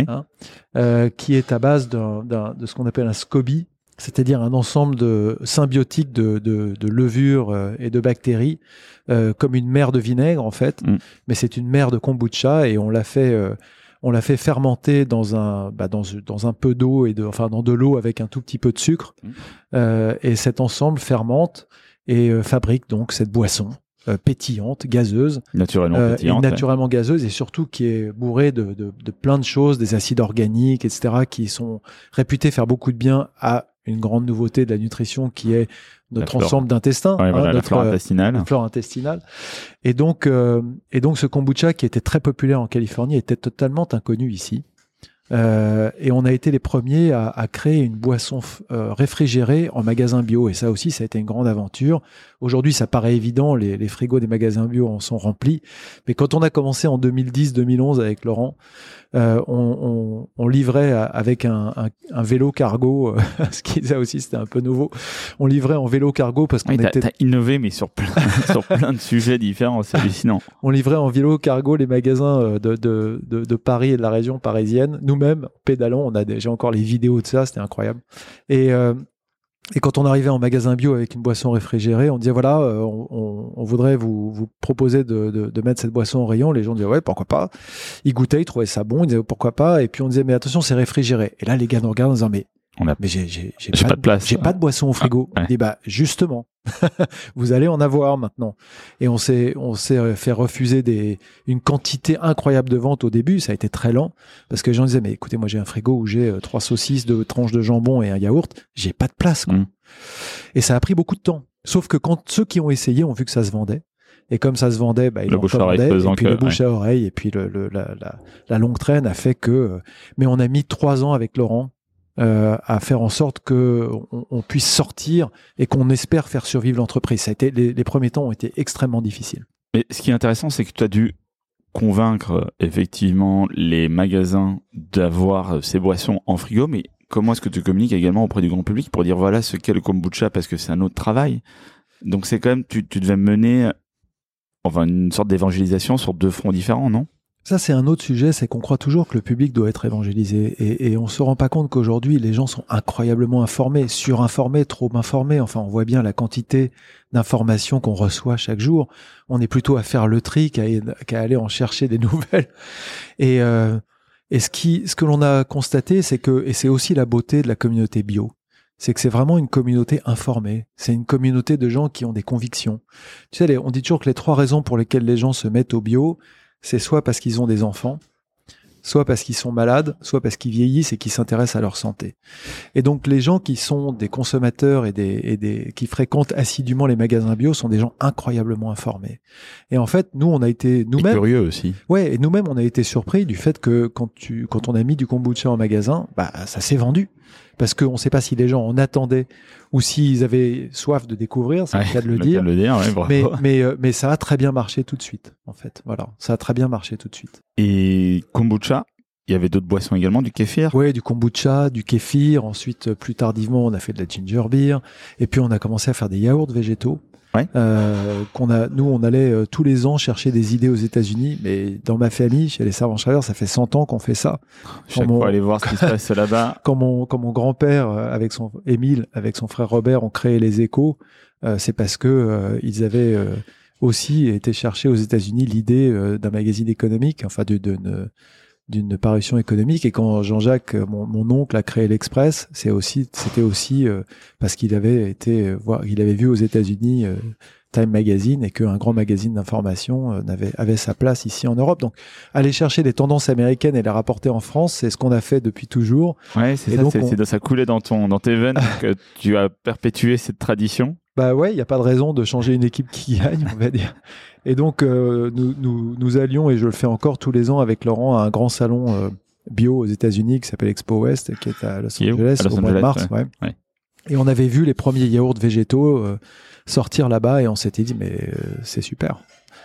Qui est à base de ce qu'on appelle un SCOBY, c'est-à-dire un ensemble symbiotique de levures et de bactéries, comme une mer de vinaigre en fait. Mais c'est une mer de kombucha et on l'a fait fermenter dans un peu d'eau dans de l'eau avec un tout petit peu de sucre. Et cet ensemble fermente et fabrique donc cette boisson pétillante, gazeuse, naturellement gazeuse et surtout qui est bourrée de plein de choses, des acides organiques, etc., qui sont réputés faire beaucoup de bien à une grande nouveauté de la nutrition qui est notre ensemble d'intestins, la flore intestinale. Et donc ce kombucha qui était très populaire en Californie était totalement inconnu ici. Et on a été les premiers à créer une boisson réfrigérée en magasin bio. Et ça aussi, ça a été une grande aventure. Aujourd'hui, ça paraît évident, les frigos des magasins bio en sont remplis. Mais quand on a commencé en 2010-2011 avec Laurent, on livrait avec un vélo cargo, ce qui ça aussi c'était un peu nouveau. On livrait en vélo cargo parce qu'on t'as innové, mais sur plein de sujets différents, c'est hallucinant. On livrait en vélo cargo les magasins de Paris et de la région parisienne. Nous-mêmes, pédalons, j'ai encore les vidéos de ça, c'était incroyable. Et quand on arrivait en magasin bio avec une boisson réfrigérée, on disait voilà, on voudrait vous proposer de mettre cette boisson au rayon. Les gens disaient ouais, pourquoi pas. Ils goûtaient, ils trouvaient ça bon, ils disaient pourquoi pas. Et puis on disait mais attention, c'est réfrigéré. Et là les gars nous regardent en disant mais j'ai pas de place. J'ai pas de boisson au frigo. On dit bah justement, vous allez en avoir maintenant. Et on s'est fait refuser une quantité incroyable de ventes au début. Ça a été très lent parce que les gens disaient mais écoutez, moi j'ai un frigo où j'ai 3 saucisses, 2 tranches de jambon et un yaourt. J'ai pas de place quoi. Et ça a pris beaucoup de temps. Sauf que quand ceux qui ont essayé ont vu que ça se vendait. Et comme ça se vendait, ils en commandaient. Et puis le bouche à oreille et puis la longue traîne a fait que. Mais on a mis 3 ans avec Laurent. À faire en sorte que on puisse sortir et qu'on espère faire survivre l'entreprise. Ça a été les premiers temps ont été extrêmement difficiles. Mais ce qui est intéressant, c'est que tu as dû convaincre effectivement les magasins d'avoir ces boissons en frigo, mais comment est-ce que tu communiques également auprès du grand public pour dire voilà ce qu'est le kombucha parce que c'est un autre travail. Donc c'est quand même tu devais mener une sorte d'évangélisation sur 2 fronts différents, non ? Ça, c'est un autre sujet, c'est qu'on croit toujours que le public doit être évangélisé. Et on se rend pas compte qu'aujourd'hui, les gens sont incroyablement informés, surinformés, trop informés. Enfin, on voit bien la quantité d'informations qu'on reçoit chaque jour. On est plutôt à faire le tri qu'à aller en chercher des nouvelles. Et ce que l'on a constaté, c'est que, et c'est aussi la beauté de la communauté bio, c'est que c'est vraiment une communauté informée. C'est une communauté de gens qui ont des convictions. Tu sais, on dit toujours que les 3 raisons pour lesquelles les gens se mettent au bio, c'est soit parce qu'ils ont des enfants, soit parce qu'ils sont malades, soit parce qu'ils vieillissent et qu'ils s'intéressent à leur santé. Et donc les gens qui sont des consommateurs et qui fréquentent assidûment les magasins bio sont des gens incroyablement informés. Et en fait, nous on a été nous-mêmes curieux aussi. Ouais, et nous-mêmes on a été surpris du fait que quand on a mis du kombucha en magasin, ça s'est vendu. Parce qu'on ne sait pas si les gens en attendaient ou s'ils avaient soif de découvrir, c'est le cas de le dire. Mais ça a très bien marché tout de suite, en fait. Voilà, ça a très bien marché tout de suite. Et kombucha, il y avait d'autres boissons également, du kéfir? Oui, du kombucha, du kéfir. Ensuite, plus tardivement, on a fait de la ginger beer. Et puis, on a commencé à faire des yaourts végétaux. Ouais. Nous, on allait tous les ans chercher des idées aux États-Unis. Mais dans ma famille, chez les Servan-Schreiber, ça fait 100 ans qu'on fait ça. Chaque fois, aller voir ce qui se passe là-bas. Quand mon grand-père, Émile, avec son frère Robert, ont créé les Échos, c'est parce que ils avaient aussi été chercher aux États-Unis l'idée d'un magazine économique, enfin d'une parution économique. Et quand Jean-Jacques, mon oncle, a créé l'Express, c'était aussi parce qu'il avait il avait vu aux États-Unis Time Magazine et qu'un grand magazine d'information avait sa place ici en Europe. Donc, aller chercher des tendances américaines et les rapporter en France, c'est ce qu'on a fait depuis toujours. Ouais, c'est ça. Ça coulait dans tes veines que tu as perpétué cette tradition. Bah ouais, il n'y a pas de raison de changer une équipe qui gagne, on va dire. Et donc, nous allions, et je le fais encore tous les ans avec Laurent, à un grand salon bio aux États-Unis qui s'appelle Expo West, qui est à Los Angeles au mois de mars. Ouais. Et on avait vu les premiers yaourts végétaux sortir là-bas et on s'était dit, mais c'est super.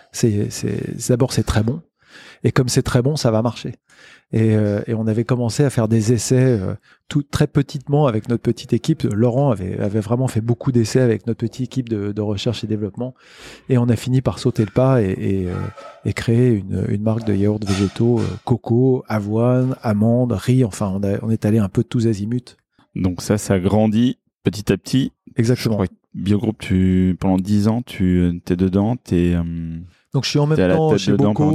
D'abord, c'est très bon. Et comme c'est très bon, ça va marcher. Et on avait commencé à faire des essais très petitement avec notre petite équipe. Laurent avait vraiment fait beaucoup d'essais avec notre petite équipe de recherche et développement. Et on a fini par sauter le pas et créer une marque de yaourts végétaux, coco, avoine, amandes, riz. Enfin, on est allé un peu de tous azimuts. Donc ça grandit petit à petit. Exactement. Je crois que Biogroup, pendant 10 ans, t'es dedans, donc je suis en même temps chez Bocaux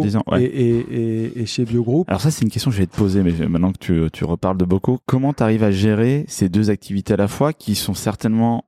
et chez Biogroup. Alors ça, c'est une question que je vais te poser, mais maintenant que tu reparles de Bocaux, comment tu arrives à gérer ces deux activités à la fois qui sont certainement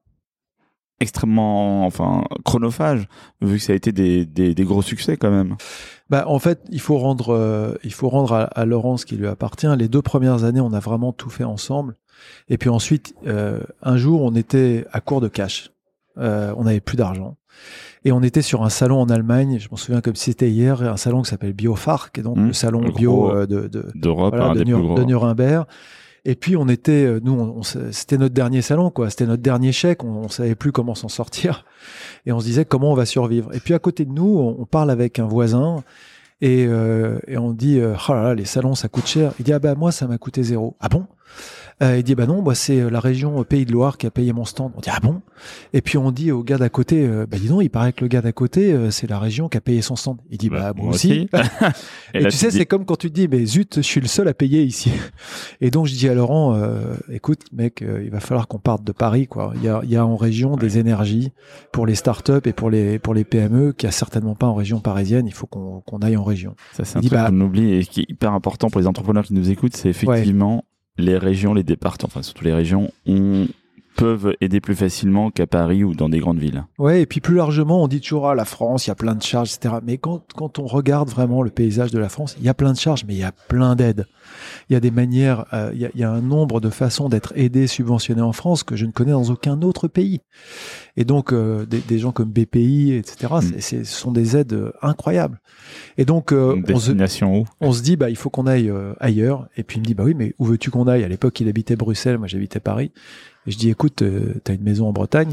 extrêmement chronophages, vu que ça a été des gros succès quand même? Bah, en fait, il faut rendre à Laurent ce qui lui appartient. Les 2 premières années, on a vraiment tout fait ensemble. Et puis ensuite, un jour, on était à court de cash. On n'avait plus d'argent. Et on était sur un salon en Allemagne, je m'en souviens comme si c'était hier, un salon qui s'appelle Biofar, qui est donc le salon bio d'Europe, de Nuremberg. Et puis on était, c'était notre dernier salon, quoi. C'était notre dernier chèque. On savait plus comment s'en sortir, et on se disait comment on va survivre. Et puis à côté de nous, on parle avec un voisin et on dit oh là là, les salons ça coûte cher. Il dit ah bah moi ça m'a coûté 0. Ah bon? Il dit bah non, moi c'est la région Pays de Loire qui a payé mon stand. On dit ah bon? Et puis on dit au gars d'à côté bah dis donc, il paraît que le gars d'à côté c'est la région qui a payé son stand. Il dit bah moi aussi. Et tu sais, c'est comme quand tu te dis mais zut, je suis le seul à payer ici. Et donc je dis à Laurent écoute mec, il va falloir qu'on parte de Paris, quoi. Il y a en région des énergies pour les startups et pour les PME qu'il y a certainement pas en région parisienne. Il faut qu'on aille en région. Ça c'est un truc qu'on oublie et qui est hyper important pour les entrepreneurs qui nous écoutent, c'est effectivement les régions, les départements, enfin surtout les régions, peuvent aider plus facilement qu'à Paris ou dans des grandes villes. Ouais, et puis plus largement, on dit toujours la France, il y a plein de charges, etc. Mais quand on regarde vraiment le paysage de la France, il y a plein de charges, mais il y a plein d'aides. Il y a des manières, il y a un nombre de façons d'être aidé, subventionné en France que je ne connais dans aucun autre pays. Et donc des gens comme BPI, etc. Ce sont des aides incroyables. Et donc on se dit bah il faut qu'on aille ailleurs. Et puis il me dit bah oui, mais où veux-tu qu'on aille? À l'époque il habitait Bruxelles, moi j'habitais Paris. Et je dis écoute, t'as une maison en Bretagne,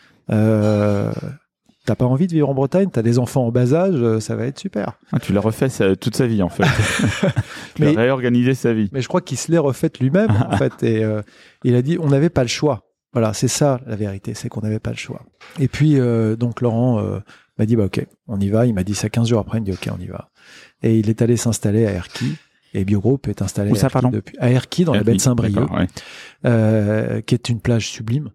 t'as pas envie de vivre en Bretagne, t'as des enfants en bas âge, ça va être super. Ah, tu l'as refait toute sa vie en fait. Tu as réorganisé sa vie. Mais je crois qu'il se l'est refait lui-même en fait. Et il a dit on n'avait pas le choix. Voilà, c'est ça la vérité, c'est qu'on n'avait pas le choix. Et puis donc Laurent m'a dit bah ok, on y va. Il m'a dit ça 15 jours après, il me dit ok, on y va. Et il est allé s'installer à Erquy. Et Biogroup est installé à Erquy, dans la baie de Saint-Brieuc, qui est une plage sublime.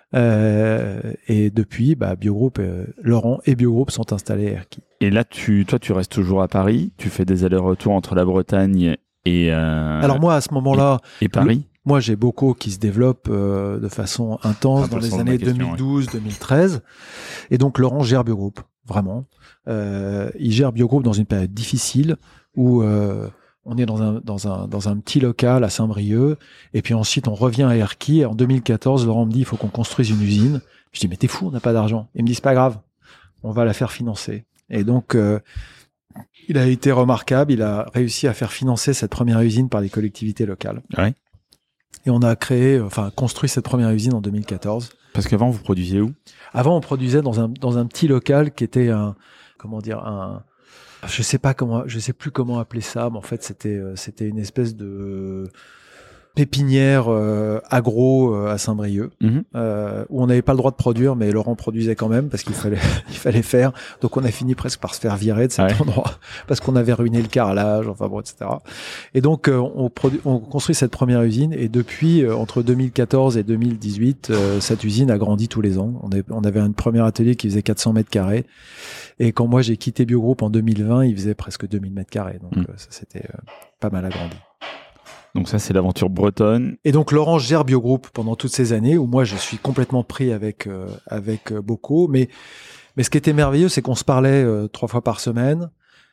Et depuis, bah, Biogroup, Laurent et Biogroup sont installés à Erquy. Et là, toi, tu restes toujours à Paris. Tu fais des allers-retours entre la Bretagne et. Alors moi, à ce moment-là. Et Paris. Moi, j'ai Bocaux qui se développe de façon intense dans les années 2012-2013. Et donc, Laurent gère Biogroup, vraiment. Il gère Biogroup dans une période difficile où on est dans un petit local à Saint-Brieuc, et puis ensuite on revient à Erquy. En 2014, Laurent me dit il faut qu'on construise une usine. Je dis mais t'es fou, on n'a pas d'argent. Il me dit c'est pas grave, on va la faire financer. Et donc il a été remarquable, il a réussi à faire financer cette première usine par les collectivités locales. Ouais. Et on a construit cette première usine en 2014. Parce qu'avant vous produisiez où? Avant on produisait dans un petit local qui était Je sais plus comment appeler ça, mais en fait c'était une espèce de pépinière agro à Saint-Brieuc, où on n'avait pas le droit de produire, mais Laurent produisait quand même parce qu'il fallait faire. Donc on a fini presque par se faire virer de cet endroit parce qu'on avait ruiné le carrelage, enfin bon, etc. Et donc on construit cette première usine, et depuis entre 2014 et 2018, cette usine a grandi tous les ans. On avait un premier atelier qui faisait 400 mètres carrés, et quand moi j'ai quitté Biogroup en 2020, il faisait presque 2000 mètres carrés. Donc ça c'était pas mal agrandi. Donc ça, c'est l'aventure bretonne. Et donc Laurent gère Biogroup pendant toutes ces années où moi je suis complètement pris avec Bocaux. Mais ce qui était merveilleux, c'est qu'on se parlait 3 fois par semaine.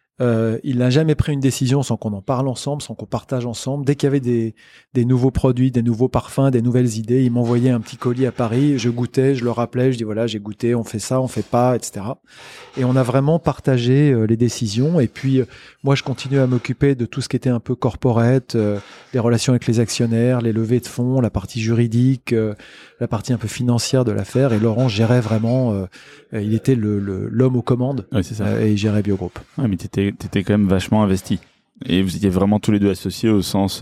Il n'a jamais pris une décision sans qu'on en parle ensemble, sans qu'on partage ensemble. Dès qu'il y avait des nouveaux produits, des nouveaux parfums, des nouvelles idées, il m'envoyait un petit colis à Paris. Je goûtais, je le rappelais, je dis voilà, j'ai goûté, on fait ça, on fait pas, etc. Et on a vraiment partagé les décisions. Et puis moi, je continue à m'occuper de tout ce qui était un peu corporate, les relations avec les actionnaires, les levées de fonds, la partie juridique, la partie un peu financière de l'affaire. Et Laurent gérait vraiment. Il était l'homme aux commandes. Ouais, c'est ça. Et il gérait Biogroup. Ouais, mais t'étais quand même vachement investi. Et vous étiez vraiment tous les deux associés au sens,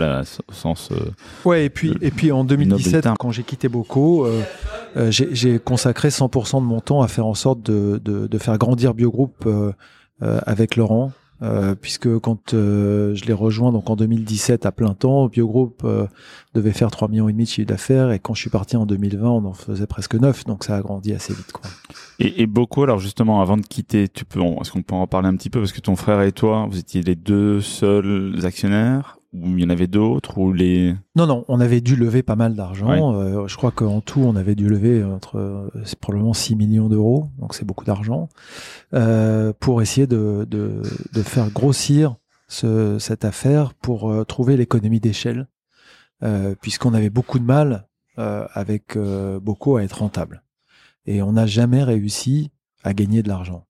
Ouais, et puis en 2017, quand j'ai quitté Bocaux, j'ai consacré 100% de mon temps à faire en sorte de faire grandir Biogroup avec Laurent. Puisque quand je l'ai rejoint donc en 2017 à plein temps, Biogroup devait faire 3,5 millions de chiffre d'affaires, et quand je suis parti en 2020, on en faisait presque 9, donc ça a grandi assez vite, quoi. Et Bocaux, alors justement, avant de quitter, est-ce qu'on peut en parler un petit peu, parce que ton frère et toi, vous étiez les deux seuls actionnaires, ou il y en avait d'autres, ou les... Non, on avait dû lever pas mal d'argent. Ouais. Je crois qu'en tout, on avait dû lever c'est probablement 6 millions d'euros, donc c'est beaucoup d'argent, pour essayer de faire grossir cette affaire, pour trouver l'économie d'échelle, puisqu'on avait beaucoup de mal avec Bocaux à être rentable. Et on n'a jamais réussi à gagner de l'argent.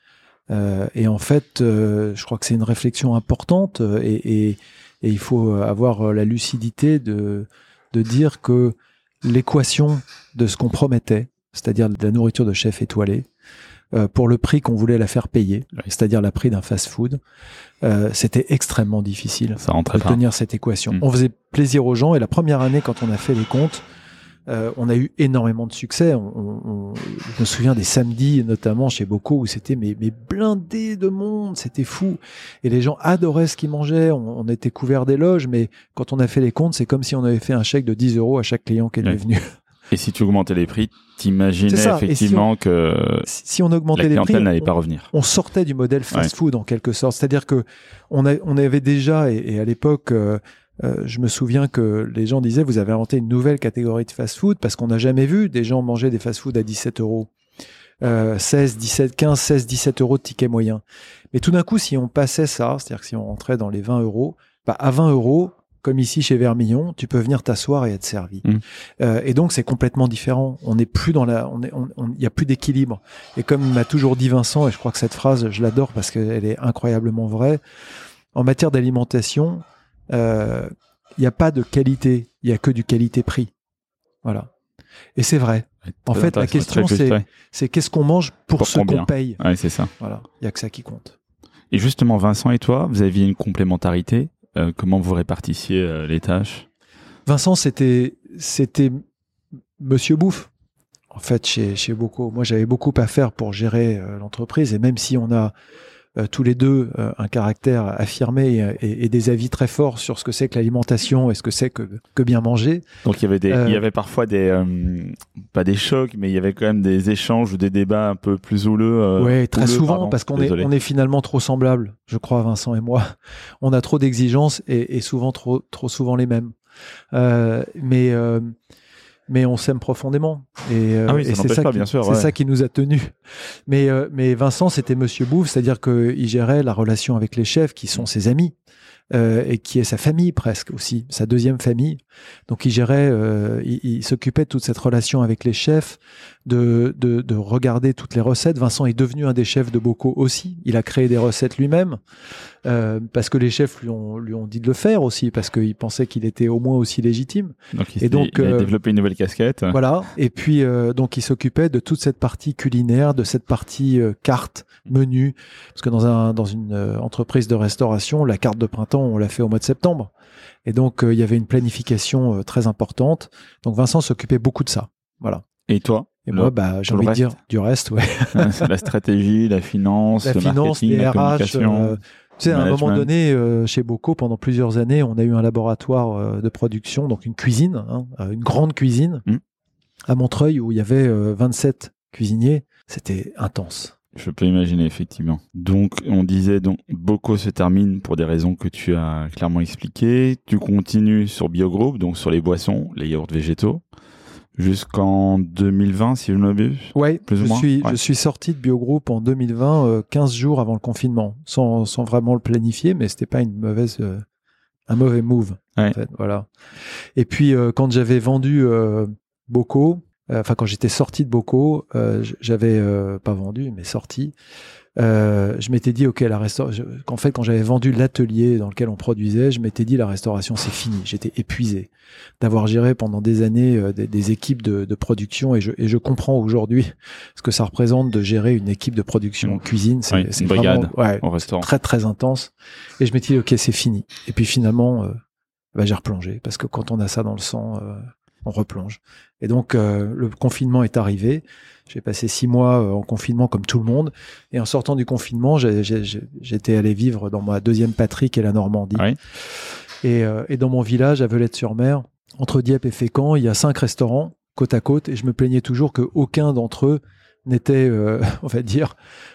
Et en fait, je crois que c'est une réflexion importante, et il faut avoir la lucidité de dire que l'équation de ce qu'on promettait, c'est-à-dire de la nourriture de chef étoilé, pour le prix qu'on voulait la faire payer, c'est-à-dire le prix d'un fast-food, c'était extrêmement difficile de tenir cette équation. On faisait plaisir aux gens, et la première année, quand on a fait les comptes, on a eu énormément de succès. Je me souviens des samedis, notamment chez Bocaux, où c'était mais blindé de monde, c'était fou. Et les gens adoraient ce qu'ils mangeaient. On était couverts d'éloges, mais quand on a fait les comptes, c'est comme si on avait fait un chèque de 10 € à chaque client qui était venu. Et si tu augmentais les prix, t'imaginais effectivement que si on augmentait la clientèle les prix, n'allait pas revenir. On sortait du modèle fast-food en quelque sorte. C'est-à-dire que on avait déjà, et à l'époque, je me souviens que les gens disaient, vous avez inventé une nouvelle catégorie de fast-food, parce qu'on n'a jamais vu des gens manger des fast-food à 17 €. 16, 17 € de ticket moyen. Mais tout d'un coup, si on passait ça, c'est-à-dire que si on rentrait dans les 20 €, à 20 €, comme ici chez Vermillon, tu peux venir t'asseoir et être servi. Et donc c'est complètement différent. On n'est plus dans il y a plus d'équilibre. Et comme m'a toujours dit Vincent, et je crois que cette phrase, je l'adore parce qu'elle est incroyablement vraie, en matière d'alimentation, il n'y a pas de qualité, il y a que du qualité-prix. Voilà. Et c'est vrai. En fait, la question c'est qu'est-ce qu'on mange pour ce qu'on paye. Ouais, c'est ça. Voilà. Il y a que ça qui compte. Et justement, Vincent et toi, vous aviez une complémentarité. Comment vous répartissiez les tâches? Vincent, c'était Monsieur Bouffe. En fait, chez Bocaux, moi, j'avais beaucoup à faire pour gérer l'entreprise, et même si on a tous les deux un caractère affirmé et des avis très forts sur ce que c'est que l'alimentation et ce que c'est que bien manger. Donc il y avait parfois pas des chocs, mais il y avait quand même des échanges ou des débats un peu plus houleux. Oui, très souvent, parce qu'on est finalement trop semblables, je crois, Vincent et moi. On a trop d'exigences et souvent trop souvent les mêmes. Mais on s'aime profondément, et c'est ça qui nous a tenus. Mais Vincent, c'était Monsieur Bouffe, c'est-à-dire qu'il gérait la relation avec les chefs qui sont ses amis. et qui est sa famille presque aussi, sa deuxième famille. Donc il gérait, il s'occupait de toute cette relation avec les chefs, de regarder toutes les recettes. Vincent est devenu un des chefs de Bocaux aussi. Il a créé des recettes lui-même parce que les chefs lui ont dit de le faire aussi, parce qu'ils pensaient qu'il était au moins aussi légitime. Donc il a développé une nouvelle casquette. Voilà. Et puis donc il s'occupait de toute cette partie culinaire, de cette partie carte, menu, parce que dans une entreprise de restauration, la carte de printemps, on l'a fait au mois de septembre. Et donc il y avait une planification très importante. Donc Vincent s'occupait beaucoup de ça. Voilà. Et toi? Et moi, j'ai envie de dire du reste, ouais. C'est la stratégie, la finance, le marketing, les la RH, communication. tu sais, à un moment donné, chez Bocaux, pendant plusieurs années, on a eu un laboratoire de production, donc une cuisine, une grande cuisine, à Montreuil, où il y avait 27 cuisiniers. C'était intense. Je peux imaginer, effectivement. Donc, on disait, Bocaux se termine pour des raisons que tu as clairement expliquées. Tu continues sur Biogroup, donc sur les boissons, les yaourts végétaux, jusqu'en 2020, si je ne m'abuse. Oui, je suis sorti de Biogroup en 2020, 15 jours avant le confinement, sans vraiment le planifier, mais c'était pas un mauvais move. Ouais. En fait, voilà. Et puis, quand j'avais vendu Bocaux, quand j'étais sorti de Bocaux, j'avais pas vendu, mais sorti. Je m'étais dit, ok, qu'en fait, quand j'avais vendu l'atelier dans lequel on produisait, je m'étais dit, la restauration, c'est fini. J'étais épuisé d'avoir géré pendant des années des équipes de production, et je comprends aujourd'hui ce que ça représente de gérer une équipe de production en cuisine. C'est une brigade vraiment, au restaurant. Très, très intense. Et je m'étais dit, ok, c'est fini. Et puis finalement, j'ai replongé, parce que quand on a ça dans le sang, on replonge. Et donc, le confinement est arrivé. J'ai passé 6 mois en confinement comme tout le monde. Et en sortant du confinement, j'étais allé vivre dans ma deuxième patrie, qui est la Normandie. Oui. Et dans mon village, à Velette-sur-Mer, entre Dieppe et Fécamp, il y a 5 restaurants côte à côte. Et je me plaignais toujours qu'aucun d'entre eux n'était, on va dire,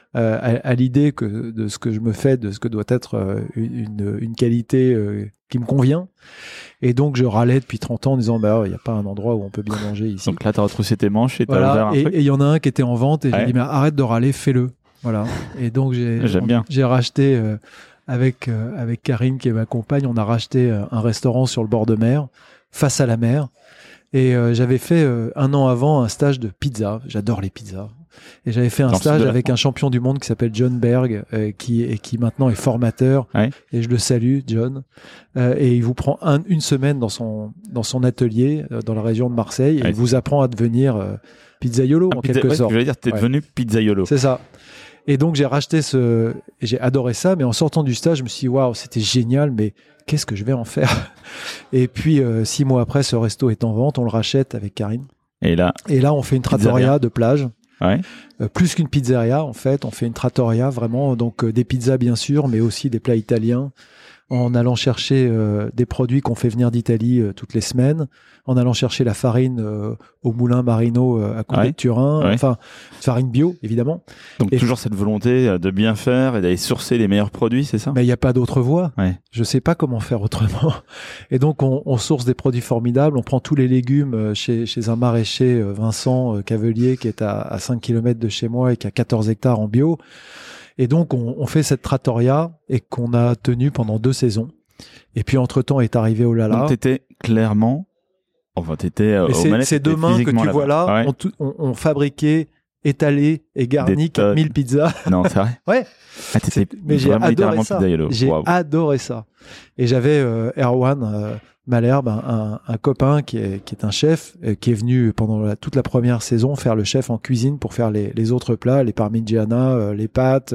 à l'idée de ce que je me fais, de ce que doit être une qualité qui me convient. Et donc, je râlais depuis 30 ans en disant, il n'y a pas un endroit où on peut bien manger ici. Donc là, tu as retroussé tes manches et tu as ouvert un truc. Et il y en a un qui était en vente, et j'ai dit, mais arrête de râler, fais-le. Voilà. Et donc, j'ai racheté, avec Karine, qui est ma compagne, on a racheté un restaurant sur le bord de mer, face à la mer. Et j'avais fait 1 an avant un stage de pizza. J'adore les pizzas. Et j'avais fait un stage avec un champion du monde qui s'appelle John Berg, qui maintenant est formateur. Ouais. Et je le salue, John. Et il vous prend une semaine dans son atelier dans la région de Marseille, et il vous apprend à devenir pizzaiolo en quelque sorte. Je veux dire, t'es devenu pizzaiolo. C'est ça. Et donc j'ai racheté j'ai adoré ça, mais en sortant du stage, je me suis dit, waouh, c'était génial, mais qu'est-ce que je vais en faire? Et puis 6 mois après, ce resto est en vente, on le rachète avec Karine. Et là, on fait une trattoria de plage. Ouais. Plus qu'une pizzeria, en fait, on fait une trattoria vraiment, donc des pizzas bien sûr, mais aussi des plats italiens, en allant chercher des produits qu'on fait venir d'Italie toutes les semaines, en allant chercher la farine au moulin Marino à côté de Turin, enfin farine bio évidemment. Donc toujours cette volonté de bien faire et d'aller sourcer les meilleurs produits, c'est ça? Mais il n'y a pas d'autre voie. Ouais. Je sais pas comment faire autrement. Et donc on source des produits formidables, on prend tous les légumes chez un maraîcher, Vincent Cavelier, qui est à 5 km de chez moi et qui a 14 hectares en bio. Et donc, on fait cette trattoria, et qu'on a tenu pendant 2 saisons. Et puis, entre-temps, est arrivé Olala. Donc, t'étais clairement... Enfin, t'étais aux manettes. Ces 2 mains que tu vois là, on fabriquait, étalé et garni 4000 pizzas. Non, c'est vrai? Ouais. Mais j'ai adoré ça. J'ai adoré ça. Et j'avais Erwan Malherbe, un copain qui est un chef, qui est venu pendant toute la première saison faire le chef en cuisine pour faire les autres plats, les parmigiana, les pâtes,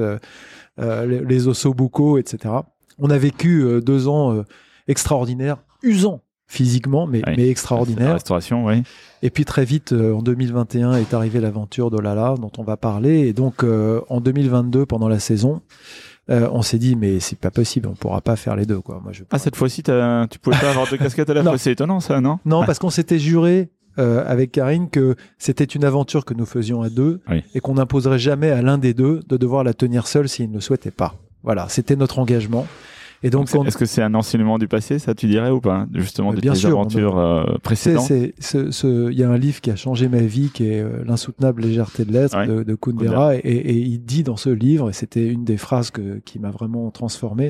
les ossobuco, etc. On a vécu 2 ans extraordinaires, usants physiquement, mais extraordinaires. La restauration, oui. Et puis très vite, en 2021, est arrivée l'aventure d'Olala, dont on va parler. Et donc, en 2022, pendant la saison, on s'est dit, mais c'est pas possible, on pourra pas faire les deux, quoi. Moi, cette fois-ci, tu pouvais pas avoir 2 casquettes à la fois. C'est étonnant, ça, non? Non, parce qu'on s'était juré avec Karine que c'était une aventure que nous faisions à 2, et qu'on n'imposerait jamais à l'un des deux de devoir la tenir seul s'il ne le souhaitait pas. Voilà, c'était notre engagement. Et donc est-ce que c'est un enseignement du passé, ça, tu dirais, ou pas, justement, de tes aventures précédentes? Il y a un livre qui a changé ma vie, qui est L'insoutenable légèreté de l'être, de Kundera, et il dit dans ce livre, et c'était une des phrases qui m'a vraiment transformé,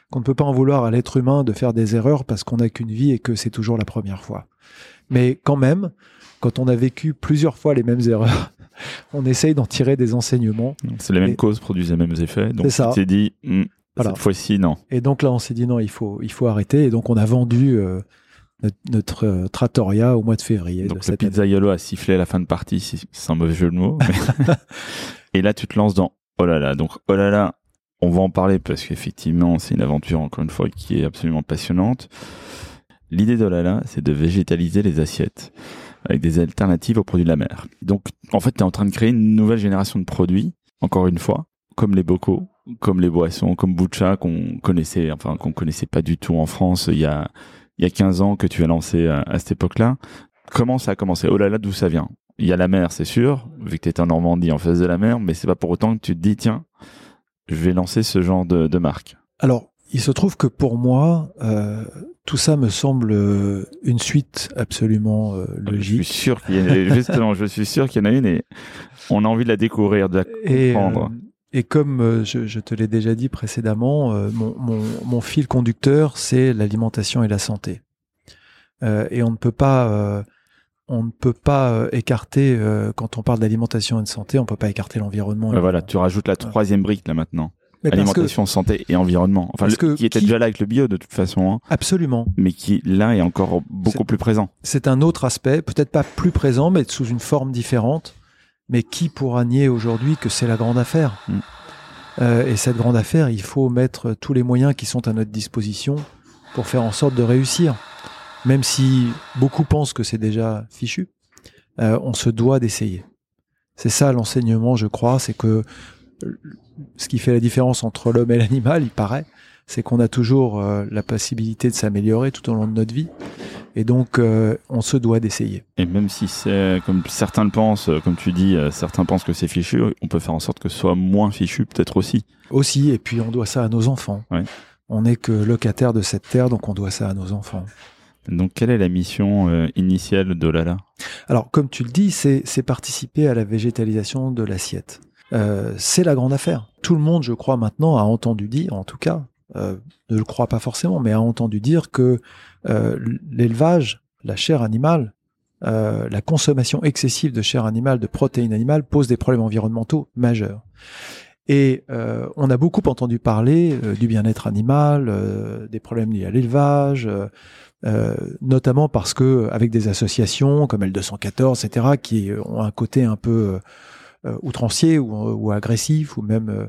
qu'on ne peut pas en vouloir à l'être humain de faire des erreurs parce qu'on n'a qu'une vie et que c'est toujours la première fois. Mais quand même, quand on a vécu plusieurs fois les mêmes erreurs, on essaye d'en tirer des enseignements. C'est les mêmes causes produisent les mêmes effets. Donc tu t'es dit, cette fois-ci, non. Et donc là, on s'est dit non, il faut arrêter. Et donc on a vendu notre trattoria au mois de février. Donc le pizzaiolo a sifflé à la fin de partie, c'est un mauvais jeu de mots. Mais... Et là, tu te lances dans oh là là. Donc oh là là, on va en parler parce qu'effectivement, c'est une aventure, encore une fois, qui est absolument passionnante. L'idée d'oh là là, c'est de végétaliser les assiettes avec des alternatives aux produits de la mer. Donc, en fait, tu es en train de créer une nouvelle génération de produits, encore une fois, comme les bocaux, comme les boissons, comme Bucha, qu'on connaissait pas du tout en France il y a 15 ans que tu as lancé à cette époque-là. Comment ça a commencé? Oh là là, d'où ça vient? Il y a la mer, c'est sûr, vu que tu es en Normandie en face de la mer, mais c'est pas pour autant que tu te dis, tiens, je vais lancer ce genre de marque. Alors, il se trouve que pour moi, tout ça me semble une suite absolument logique. Je suis sûr qu'il y en a une et on a envie de la découvrir, de la comprendre. Et comme je te l'ai déjà dit précédemment, mon fil conducteur, c'est l'alimentation et la santé. Et on ne peut pas écarter, quand on parle d'alimentation et de santé, on ne peut pas écarter l'environnement. Voilà, tu rajoutes la troisième brique là maintenant. Mais alimentation, santé et environnement. Enfin, qui était déjà là avec le bio de toute façon. Hein, absolument. Mais qui là est encore beaucoup plus présent. C'est un autre aspect, peut-être pas plus présent, mais sous une forme différente. Mais qui pourra nier aujourd'hui que c'est la grande affaire? Et cette grande affaire, il faut mettre tous les moyens qui sont à notre disposition pour faire en sorte de réussir. Même si beaucoup pensent que c'est déjà fichu, on se doit d'essayer. C'est ça l'enseignement, je crois, c'est que ce qui fait la différence entre l'homme et l'animal, il paraît, c'est qu'on a toujours la possibilité de s'améliorer tout au long de notre vie. Et donc, on se doit d'essayer. Et même si c'est, comme certains le pensent, comme tu dis, certains pensent que c'est fichu, on peut faire en sorte que ce soit moins fichu, peut-être aussi. Aussi, et puis on doit ça à nos enfants. Ouais. On n'est que locataire de cette terre, donc on doit ça à nos enfants. Donc, quelle est la mission initiale d'Olala? Alors, comme tu le dis, c'est participer à la végétalisation de l'assiette. C'est la grande affaire. Tout le monde, je crois, maintenant a entendu dire, en tout cas, ne le croit pas forcément, mais a entendu dire que l'élevage, la chair animale, la consommation excessive de chair animale, de protéines animales, pose des problèmes environnementaux majeurs. Et on a beaucoup entendu parler du bien-être animal, des problèmes liés à l'élevage, notamment parce que avec des associations comme L214, etc., qui ont un côté un peu outrancier ou agressif, ou même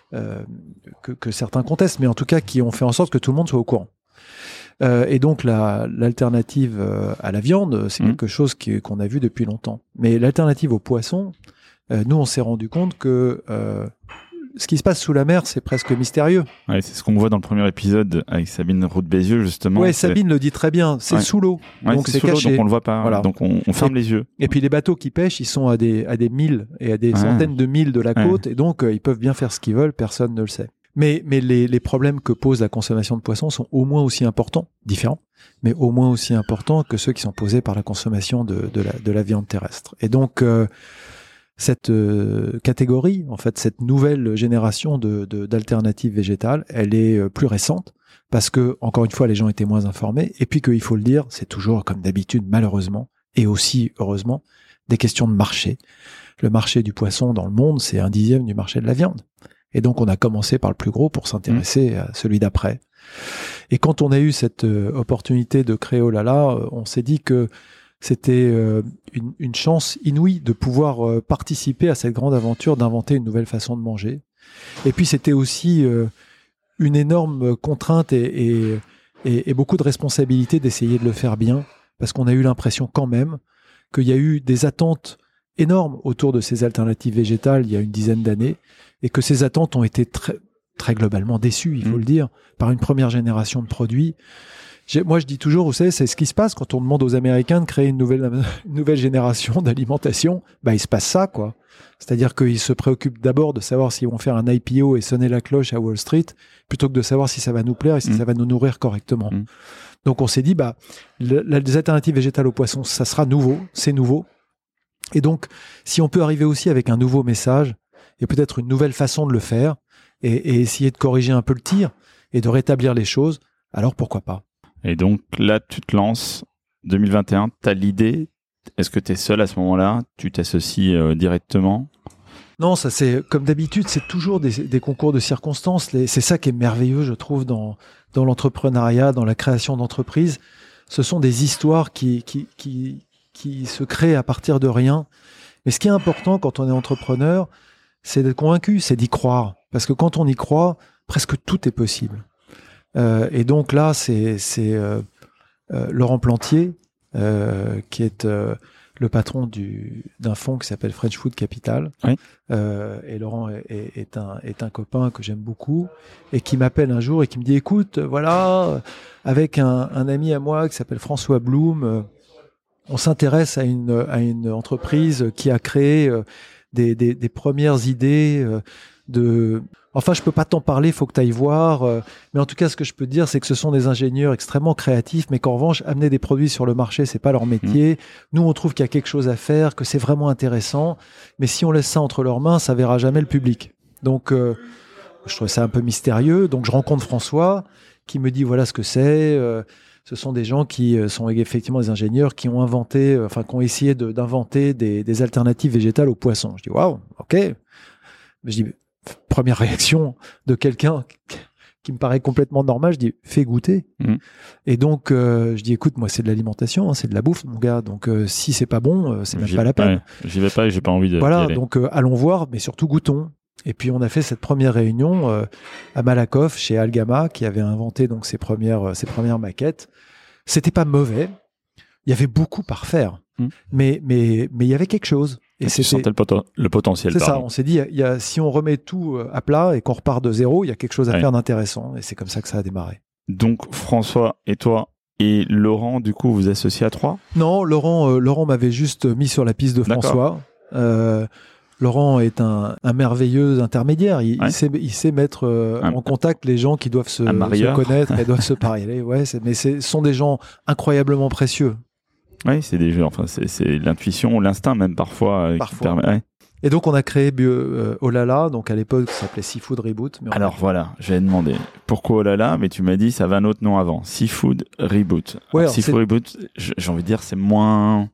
que certains contestent, mais en tout cas qui ont fait en sorte que tout le monde soit au courant. Et donc l'alternative à la viande, c'est quelque chose qu'on a vu depuis longtemps. Mais l'alternative au poisson, nous on s'est rendu compte que ce qui se passe sous la mer, c'est presque mystérieux. Ouais, c'est ce qu'on voit dans le premier épisode avec Sabine Roux-de-Bézieux, justement. Ouais, Sabine le dit très bien. C'est sous l'eau. Ouais, donc c'est caché. Donc on le voit pas. Voilà. Donc on ferme les yeux. Et puis les bateaux qui pêchent, ils sont à des milles et à des centaines de milles de la côte. Et donc ils peuvent bien faire ce qu'ils veulent. Personne ne le sait. Mais les problèmes que pose la consommation de poissons sont au moins aussi importants, différents, mais au moins aussi importants que ceux qui sont posés par la consommation de la viande terrestre. Et donc cette catégorie, en fait, cette nouvelle génération d'alternatives végétales, elle est plus récente parce que, encore une fois, les gens étaient moins informés et puis qu'il faut le dire, c'est toujours, comme d'habitude, malheureusement, et aussi, heureusement, des questions de marché. Le marché du poisson dans le monde, c'est 1/10 du marché de la viande. Et donc, on a commencé par le plus gros pour s'intéresser à celui d'après. Et quand on a eu cette opportunité de créer Olala, on s'est dit que c'était une chance inouïe de pouvoir participer à cette grande aventure d'inventer une nouvelle façon de manger. Et puis c'était aussi une énorme contrainte et beaucoup de responsabilité d'essayer de le faire bien, parce qu'on a eu l'impression quand même qu'il y a eu des attentes énormes autour de ces alternatives végétales il y a une dizaine d'années, et que ces attentes ont été très, très globalement déçues, il faut le dire, par une première génération de produits. Moi, je dis toujours, vous savez, c'est ce qui se passe quand on demande aux Américains de créer une nouvelle génération d'alimentation. Bah, il se passe ça, quoi. C'est-à-dire qu'ils se préoccupent d'abord de savoir s'ils vont faire un IPO et sonner la cloche à Wall Street, plutôt que de savoir si ça va nous plaire et si ça va nous nourrir correctement. Donc, on s'est dit, bah, les alternatives végétales aux poissons, ça sera nouveau, c'est nouveau. Et donc, si on peut arriver aussi avec un nouveau message, et peut-être une nouvelle façon de le faire, et essayer de corriger un peu le tir, et puis de faire en sorte que ça soit et de rétablir les choses, alors pourquoi pas. Et donc là, tu te lances 2021, tu as l'idée. Est-ce que tu es seul à ce moment-là? Tu t'associes directement? Non, ça c'est comme d'habitude, c'est toujours des concours de circonstances. C'est ça qui est merveilleux, je trouve, dans l'entrepreneuriat, dans la création d'entreprises. Ce sont des histoires qui se créent à partir de rien. Mais ce qui est important quand on est entrepreneur, c'est d'être convaincu, c'est d'y croire. Parce que quand on y croit, presque tout est possible. Et donc là, c'est Laurent Plantier, qui est le patron d'un fonds qui s'appelle French Food Capital. Oui. Et Laurent est un copain que j'aime beaucoup et qui m'appelle un jour et qui me dit, écoute, voilà, avec un ami à moi qui s'appelle François Blum, on s'intéresse à une entreprise qui a créé des premières idées Enfin, je peux pas t'en parler, faut que tu ailles voir. Mais en tout cas, ce que je peux te dire, c'est que ce sont des ingénieurs extrêmement créatifs, mais qu'en revanche, amener des produits sur le marché, c'est pas leur métier. Nous, on trouve qu'il y a quelque chose à faire, que c'est vraiment intéressant. Mais si on laisse ça entre leurs mains, ça verra jamais le public. Donc, je trouve ça un peu mystérieux. Donc, je rencontre François, qui me dit voilà ce que c'est. Ce sont des gens qui sont effectivement des ingénieurs qui ont inventé, qui ont essayé d'inventer des alternatives végétales aux poissons. Je dis waouh, ok. Mais je dis première réaction de quelqu'un qui me paraît complètement normal, je dis fais goûter. Et donc je dis écoute, moi c'est de l'alimentation, hein, c'est de la bouffe mon gars, donc si c'est pas bon, c'est même pas la peine. Ouais, j'y vais pas et j'ai pas envie de. Voilà, donc allons voir, mais surtout goûtons. Et puis on a fait cette première réunion à Malakoff chez Algama, qui avait inventé donc ses premières maquettes. C'était pas mauvais, il y avait beaucoup à refaire, mais il y avait quelque chose. Et tu sentais le potentiel. C'est ça, on s'est dit, si on remet tout à plat et qu'on repart de zéro, il y a quelque chose à faire d'intéressant. Et c'est comme ça que ça a démarré. Donc François et toi et Laurent, du coup, vous associez à 3? Non, Laurent m'avait juste mis sur la piste de François. Laurent est un merveilleux intermédiaire. Il sait mettre en contact les gens qui doivent se connaître et doivent se parler. Mais ce sont des gens incroyablement précieux. Oui, c'est des jeux. Enfin, c'est l'intuition, l'instinct même parfois. Qui permet, ouais. Et donc on a créé Olala. Donc à l'époque, ça s'appelait Seafood Reboot. Mais alors voilà, j'avais demandé pourquoi Olala, mais tu m'as dit ça avait un autre nom avant. Seafood Reboot. Ouais, Seafood Reboot, j'ai envie de dire, c'est moins.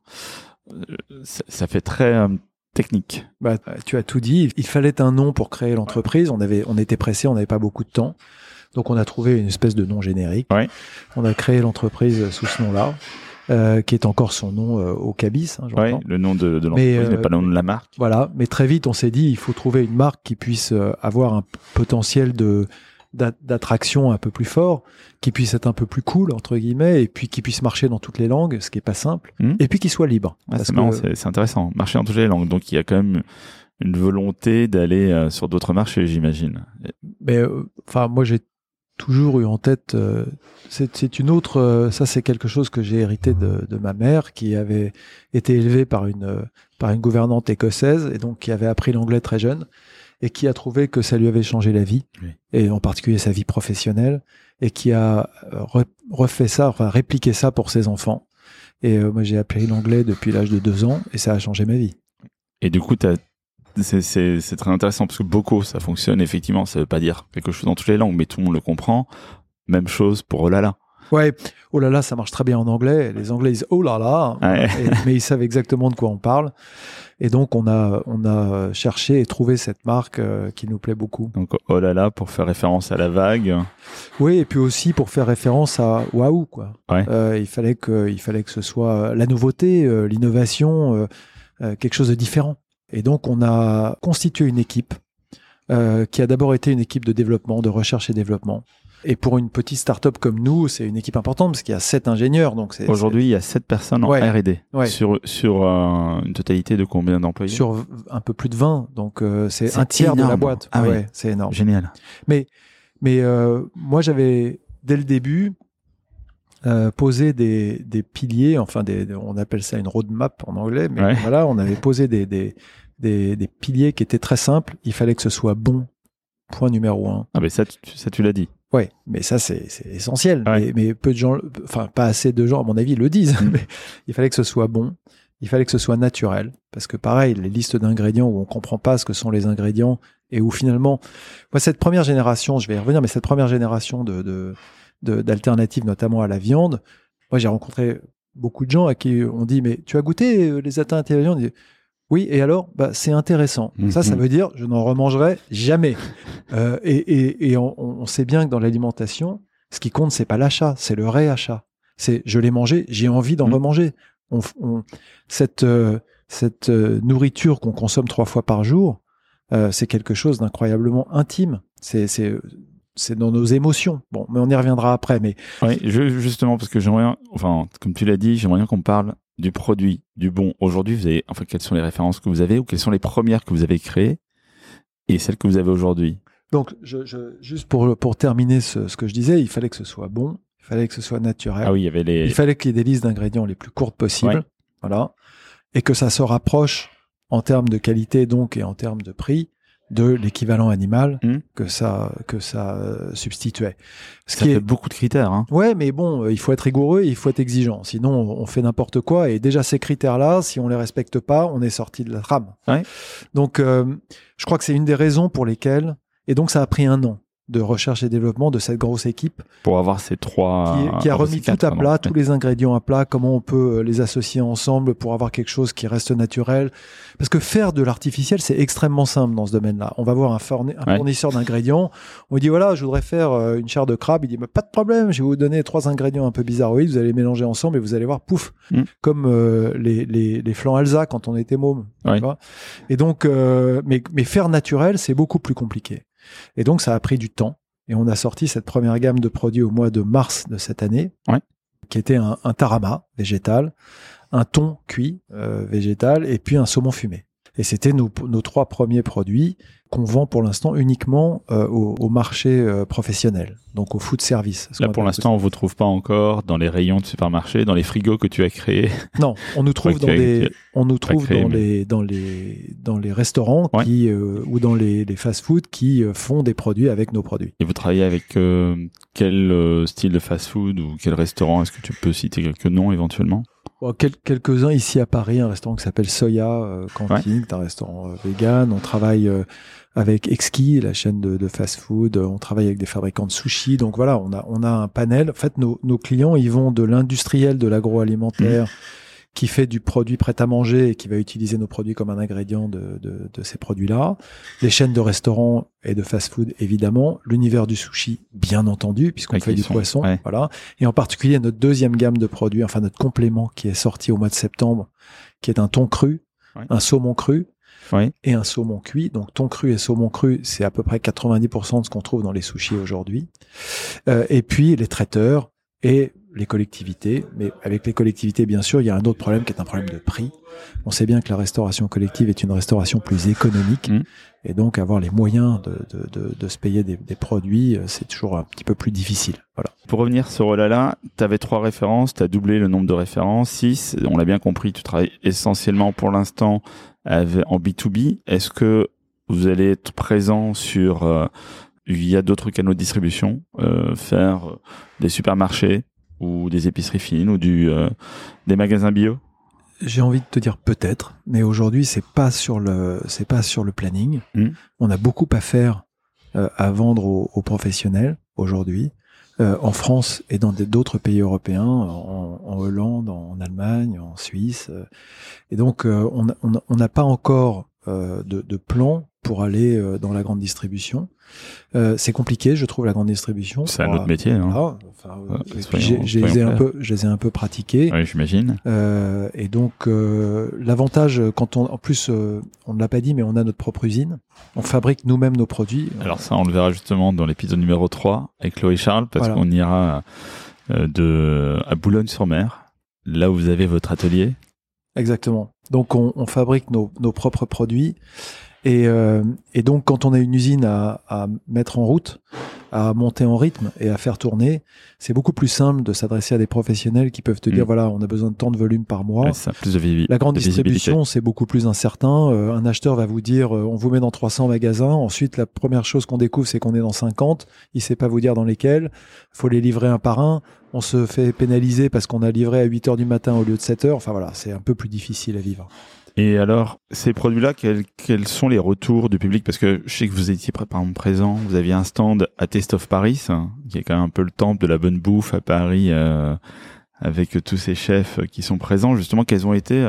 Ça fait très technique. Bah, tu as tout dit. Il fallait un nom pour créer l'entreprise. On était pressés, on n'avait pas beaucoup de temps. Donc on a trouvé une espèce de nom générique. Ouais. On a créé l'entreprise sous ce nom-là. Qui est encore son nom au Cabis. Hein, oui, le nom de l'entreprise n'est pas le nom de la marque. Voilà, mais très vite on s'est dit il faut trouver une marque qui puisse avoir un potentiel d'attraction un peu plus fort, qui puisse être un peu plus cool entre guillemets, et puis qui puisse marcher dans toutes les langues, ce qui est pas simple, et puis qui soit libre. C'est intéressant, marcher dans toutes les langues. Donc il y a quand même une volonté d'aller sur d'autres marchés, j'imagine. Mais moi j'ai toujours eu en tête, c'est une autre, ça c'est quelque chose que j'ai hérité de ma mère, qui avait été élevée par une gouvernante écossaise, et donc qui avait appris l'anglais très jeune, et qui a trouvé que ça lui avait changé la vie, et en particulier sa vie professionnelle, et qui a répliqué ça pour ses enfants. Et moi j'ai appris l'anglais depuis l'âge de 2 ans, et ça a changé ma vie. Et du coup, c'est très intéressant parce que Boko, ça fonctionne effectivement. Ça veut pas dire quelque chose dans toutes les langues, mais tout le monde le comprend. Même chose pour Olala. Ouais, Olala, ça marche très bien en anglais. Les Anglais disent Olala, mais ils savent exactement de quoi on parle. Et donc on a cherché et trouvé cette marque qui nous plaît beaucoup. Donc Olala pour faire référence à la vague. Oui, et puis aussi pour faire référence à waouh quoi. Ouais. Il fallait que ce soit la nouveauté, l'innovation, quelque chose de différent. Et donc, on a constitué une équipe qui a d'abord été une équipe de développement, de recherche et développement. Et pour une petite start-up comme nous, c'est une équipe importante parce qu'il y a 7 ingénieurs. Donc aujourd'hui, il y a 7 personnes en R&D. Ouais. Sur une totalité de combien d'employés? Sur un peu plus de 20. Donc, c'est un tiers énorme. De la boîte. Ah ouais, c'est énorme. Génial. Mais moi, j'avais, dès le début, posé des piliers, on appelle ça une roadmap en anglais, mais voilà, on avait posé des piliers qui étaient très simples. Il fallait que ce soit bon, point numéro 1. Ah, mais ça tu l'as dit. Ouais, mais ça, c'est essentiel. Ouais. Mais peu de gens, pas assez de gens, à mon avis, le disent. Mais il fallait que ce soit bon. il fallait que ce soit naturel, parce que pareil, les listes d'ingrédients où on comprend pas ce que sont les ingrédients et où finalement, moi cette première génération, je vais y revenir, mais cette première génération d'alternatives, notamment à la viande, moi j'ai rencontré beaucoup de gens à qui on dit mais tu as goûté les alternatives à la viande? On dit, oui, et alors c'est intéressant. Ça veut dire je n'en remangerai jamais. Et on sait bien que dans l'alimentation, ce qui compte c'est pas l'achat, c'est le réachat. C'est je l'ai mangé, j'ai envie d'en remanger. Cette nourriture qu'on consomme 3 fois par jour, c'est quelque chose d'incroyablement intime. C'est dans nos émotions. Bon, mais on y reviendra après. Mais oui, justement, parce que j'aimerais, enfin, comme tu l'as dit, j'aimerais bien qu'on parle du produit, du bon. Aujourd'hui, vous avez, enfin, quelles sont les références que vous avez ou quelles sont les premières que vous avez créées et celles que vous avez aujourd'hui? Donc, juste pour terminer ce que je disais, il fallait que ce soit bon. Il fallait que ce soit naturel. Ah oui, il fallait qu'il y ait des listes d'ingrédients les plus courtes possibles. Ouais. Voilà. Et que ça se rapproche en termes de qualité, donc, et en termes de prix, de l'équivalent animal que ça substituait. Ça fait beaucoup de critères, hein. Ouais, mais bon, il faut être rigoureux et il faut être exigeant. Sinon, on fait n'importe quoi. Et déjà, ces critères-là, si on les respecte pas, on est sorti de la trame. Ouais. Donc, je crois que c'est une des raisons pour lesquelles, et donc ça a pris 1 an de recherche et développement de cette grosse équipe pour avoir ces 3 qui a remis tout à plat, tous les ingrédients à plat, comment on peut les associer ensemble pour avoir quelque chose qui reste naturel, parce que faire de l'artificiel c'est extrêmement simple dans ce domaine-là. On va voir un fournisseur d'ingrédients, on lui dit voilà je voudrais faire une chair de crabe, il dit pas de problème, je vais vous donner 3 ingrédients un peu bizarroïdes, vous allez les mélanger ensemble et vous allez voir pouf, comme les flancs Alsace quand on était môme. Ouais. Et donc mais faire naturel c'est beaucoup plus compliqué. Et donc, ça a pris du temps. Et on a sorti cette première gamme de produits au mois de mars de cette année, qui était un tarama végétal, un thon cuit végétal et puis un saumon fumé. Et c'était nos 3 premiers produits qu'on vend pour l'instant uniquement au marché professionnel, donc au food service. Là, pour l'instant, on vous trouve pas encore dans les rayons de supermarché, dans les frigos que tu as créés. Non, on nous trouve dans les restaurants ou dans les fast-food qui font des produits avec nos produits. Et vous travaillez avec quel style de fast-food ou quel restaurant? Est-ce que tu peux citer quelques noms éventuellement? Quelques-uns ici à Paris, un restaurant qui s'appelle Soya Cantine, c'est un restaurant vegan. On travaille avec Exki, la chaîne de fast-food. On travaille avec des fabricants de sushi. Donc voilà, on a un panel. En fait, nos clients, ils vont de l'industriel de l'agroalimentaire qui fait du produit prêt à manger et qui va utiliser nos produits comme un ingrédient de ces produits-là. Les chaînes de restaurants et de fast-food, évidemment. L'univers du sushi, bien entendu, puisqu'on fait du poisson. Ouais. Voilà. Et en particulier, notre deuxième gamme de produits, enfin notre complément qui est sorti au mois de septembre, qui est un thon cru, un saumon cru et un saumon cuit. Donc thon cru et saumon cru, c'est à peu près 90% de ce qu'on trouve dans les sushis aujourd'hui. Et puis les traiteurs et les collectivités, mais avec les collectivités, bien sûr, il y a un autre problème qui est un problème de prix. On sait bien que la restauration collective est une restauration plus économique, et donc avoir les moyens de se payer des produits, c'est toujours un petit peu plus difficile. Voilà. Pour revenir sur Olala, tu avais 3 références, tu as doublé le nombre de références, 6, on l'a bien compris, tu travailles essentiellement pour l'instant en B2B. Est-ce que vous allez être présent sur via d'autres canaux de distribution, faire des supermarchés ou des épiceries fines ou des magasins bio? J'ai envie de te dire peut-être, mais aujourd'hui c'est pas sur le planning. On a beaucoup à faire à vendre aux professionnels aujourd'hui, en France et dans d'autres pays européens, en Hollande, en Allemagne, en Suisse. Et donc on n'a pas encore de plan pour aller dans la grande distribution. C'est compliqué, je trouve, la grande distribution. C'est un autre métier. Hein. Je les ai un peu pratiqués. Oui, j'imagine. Et donc, l'avantage, en plus, on ne l'a pas dit, mais on a notre propre usine. On fabrique nous-mêmes nos produits. Alors ça, on le verra justement dans l'épisode numéro 3 avec Chloé Charles, parce qu'on ira à Boulogne-sur-Mer, là où vous avez votre atelier. Exactement. Donc, on fabrique nos propres produits. Et donc, quand on a une usine à mettre en route, à monter en rythme et à faire tourner, c'est beaucoup plus simple de s'adresser à des professionnels qui peuvent te dire voilà, on a besoin de tant de volume par mois. Ouais, ça, plus de La grande distribution, visibilité. c'est beaucoup plus incertain. Un acheteur va vous dire on vous met dans 300 magasins. Ensuite, la première chose qu'on découvre, c'est qu'on est dans 50. Il sait pas vous dire dans lesquels. Faut les livrer un par un. On se fait pénaliser parce qu'on a livré à 8 heures du matin au lieu de 7 heures. Enfin voilà, c'est un peu plus difficile à vivre. Et alors, ces produits-là, quels sont les retours du public? Parce que je sais que vous étiez par exemple présent, vous aviez un stand à Taste of Paris, qui est quand même un peu le temple de la bonne bouffe à Paris, avec tous ces chefs qui sont présents. Justement, quels ont été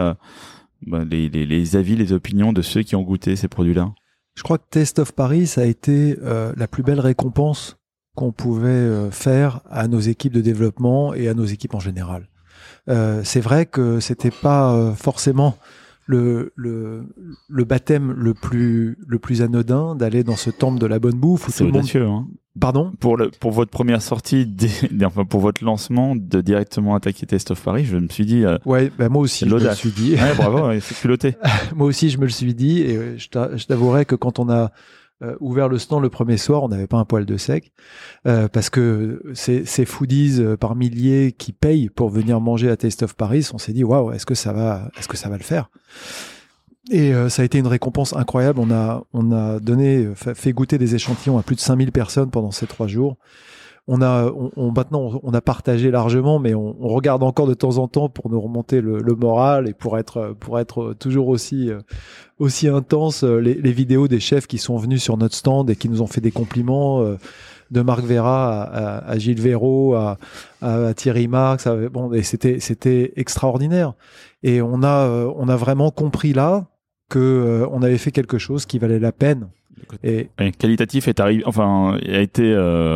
les avis, les opinions de ceux qui ont goûté ces produits-là? Je crois que Taste of Paris, ça a été la plus belle récompense qu'on pouvait faire à nos équipes de développement et à nos équipes en général. C'est vrai que c'était pas forcément le baptême le plus anodin d'aller dans ce temple de la bonne bouffe. C'est audacieux, hein. Pardon? Pour votre première sortie, enfin pour votre lancement, de directement attaquer Taste of Paris, je me suis dit. Ouais, moi aussi, je me le suis dit. Ouais, bravo, c'est culotté. Moi aussi, je me le suis dit, et je t'avouerai que quand on a ouvert le stand le premier soir, on n'avait pas un poil de sec, parce que ces foodies par milliers qui payent pour venir manger à Taste of Paris, on s'est dit waouh, est-ce que ça va le faire? Et ça a été une récompense incroyable. On a fait goûter des échantillons à plus de 5000 personnes pendant ces 3 jours. Maintenant, on a partagé largement, mais on regarde encore de temps en temps pour nous remonter le moral et pour être toujours aussi intense. Les vidéos des chefs qui sont venus sur notre stand et qui nous ont fait des compliments, de Marc Vera à Gilles Véraud, à Thierry Marx. Et c'était extraordinaire. Et on a vraiment compris là que on avait fait quelque chose qui valait la peine. Et qualitatif est arrivé, enfin, a été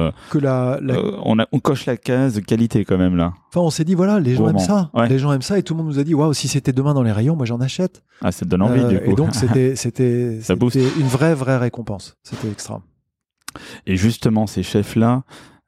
que on coche la case de qualité quand même là. Enfin, on s'est dit voilà, les gens aiment ça, ouais. Les gens aiment ça, et tout le monde nous a dit waouh, si c'était demain dans les rayons, moi j'en achète. Ah, ça te donne envie du coup. Et donc c'était une vraie récompense. C'était extra. Et justement, ces chefs là,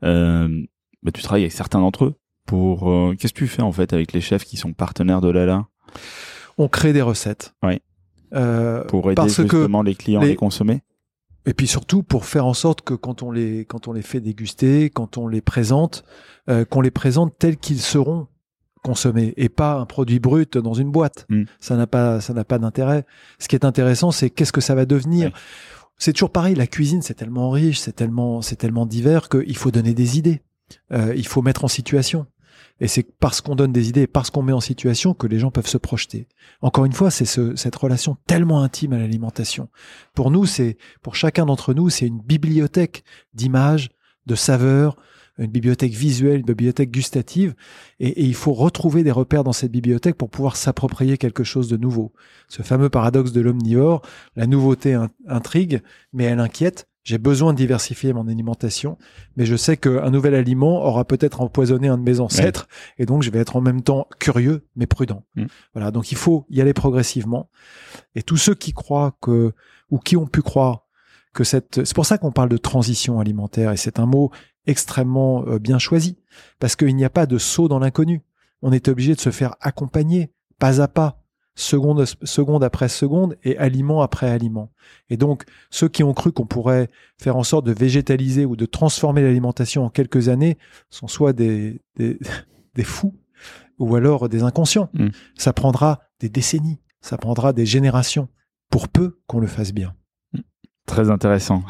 tu travailles avec certains d'entre eux. Qu'est-ce que tu fais en fait avec les chefs qui sont partenaires de Lala? On crée des recettes. Oui. Pour aider justement les clients à les consommer. Et puis surtout pour faire en sorte que quand on les fait déguster, quand on les présente, qu'on les présente tels qu'ils seront consommés et pas un produit brut dans une boîte. Ça n'a pas d'intérêt. Ce qui est intéressant, c'est qu'est-ce que ça va devenir. Ouais. C'est toujours pareil. La cuisine, c'est tellement riche, c'est tellement divers qu'il faut donner des idées. Il faut mettre en situation. Et c'est parce qu'on donne des idées, parce qu'on met en situation que les gens peuvent se projeter. Encore une fois, c'est cette relation tellement intime à l'alimentation. Pour nous, pour chacun d'entre nous, c'est une bibliothèque d'images, de saveurs, une bibliothèque visuelle, une bibliothèque gustative. Et il faut retrouver des repères dans cette bibliothèque pour pouvoir s'approprier quelque chose de nouveau. Ce fameux paradoxe de l'omnivore, la nouveauté intrigue, mais elle inquiète. J'ai besoin de diversifier mon alimentation, mais je sais qu'un nouvel aliment aura peut-être empoisonné un de mes ancêtres, et donc je vais être en même temps curieux, mais prudent. Voilà, donc il faut y aller progressivement. Et tous ceux qui croient ou qui ont pu croire que c'est pour ça qu'on parle de transition alimentaire, et c'est un mot extrêmement bien choisi, parce qu'il n'y a pas de saut dans l'inconnu. On est obligé de se faire accompagner, pas à pas, seconde après seconde et aliment après aliment. Et donc, ceux qui ont cru qu'on pourrait faire en sorte de végétaliser ou de transformer l'alimentation en quelques années sont soit des fous ou alors des inconscients. Ça prendra des décennies, ça prendra des générations, pour peu qu'on le fasse bien. Très intéressant.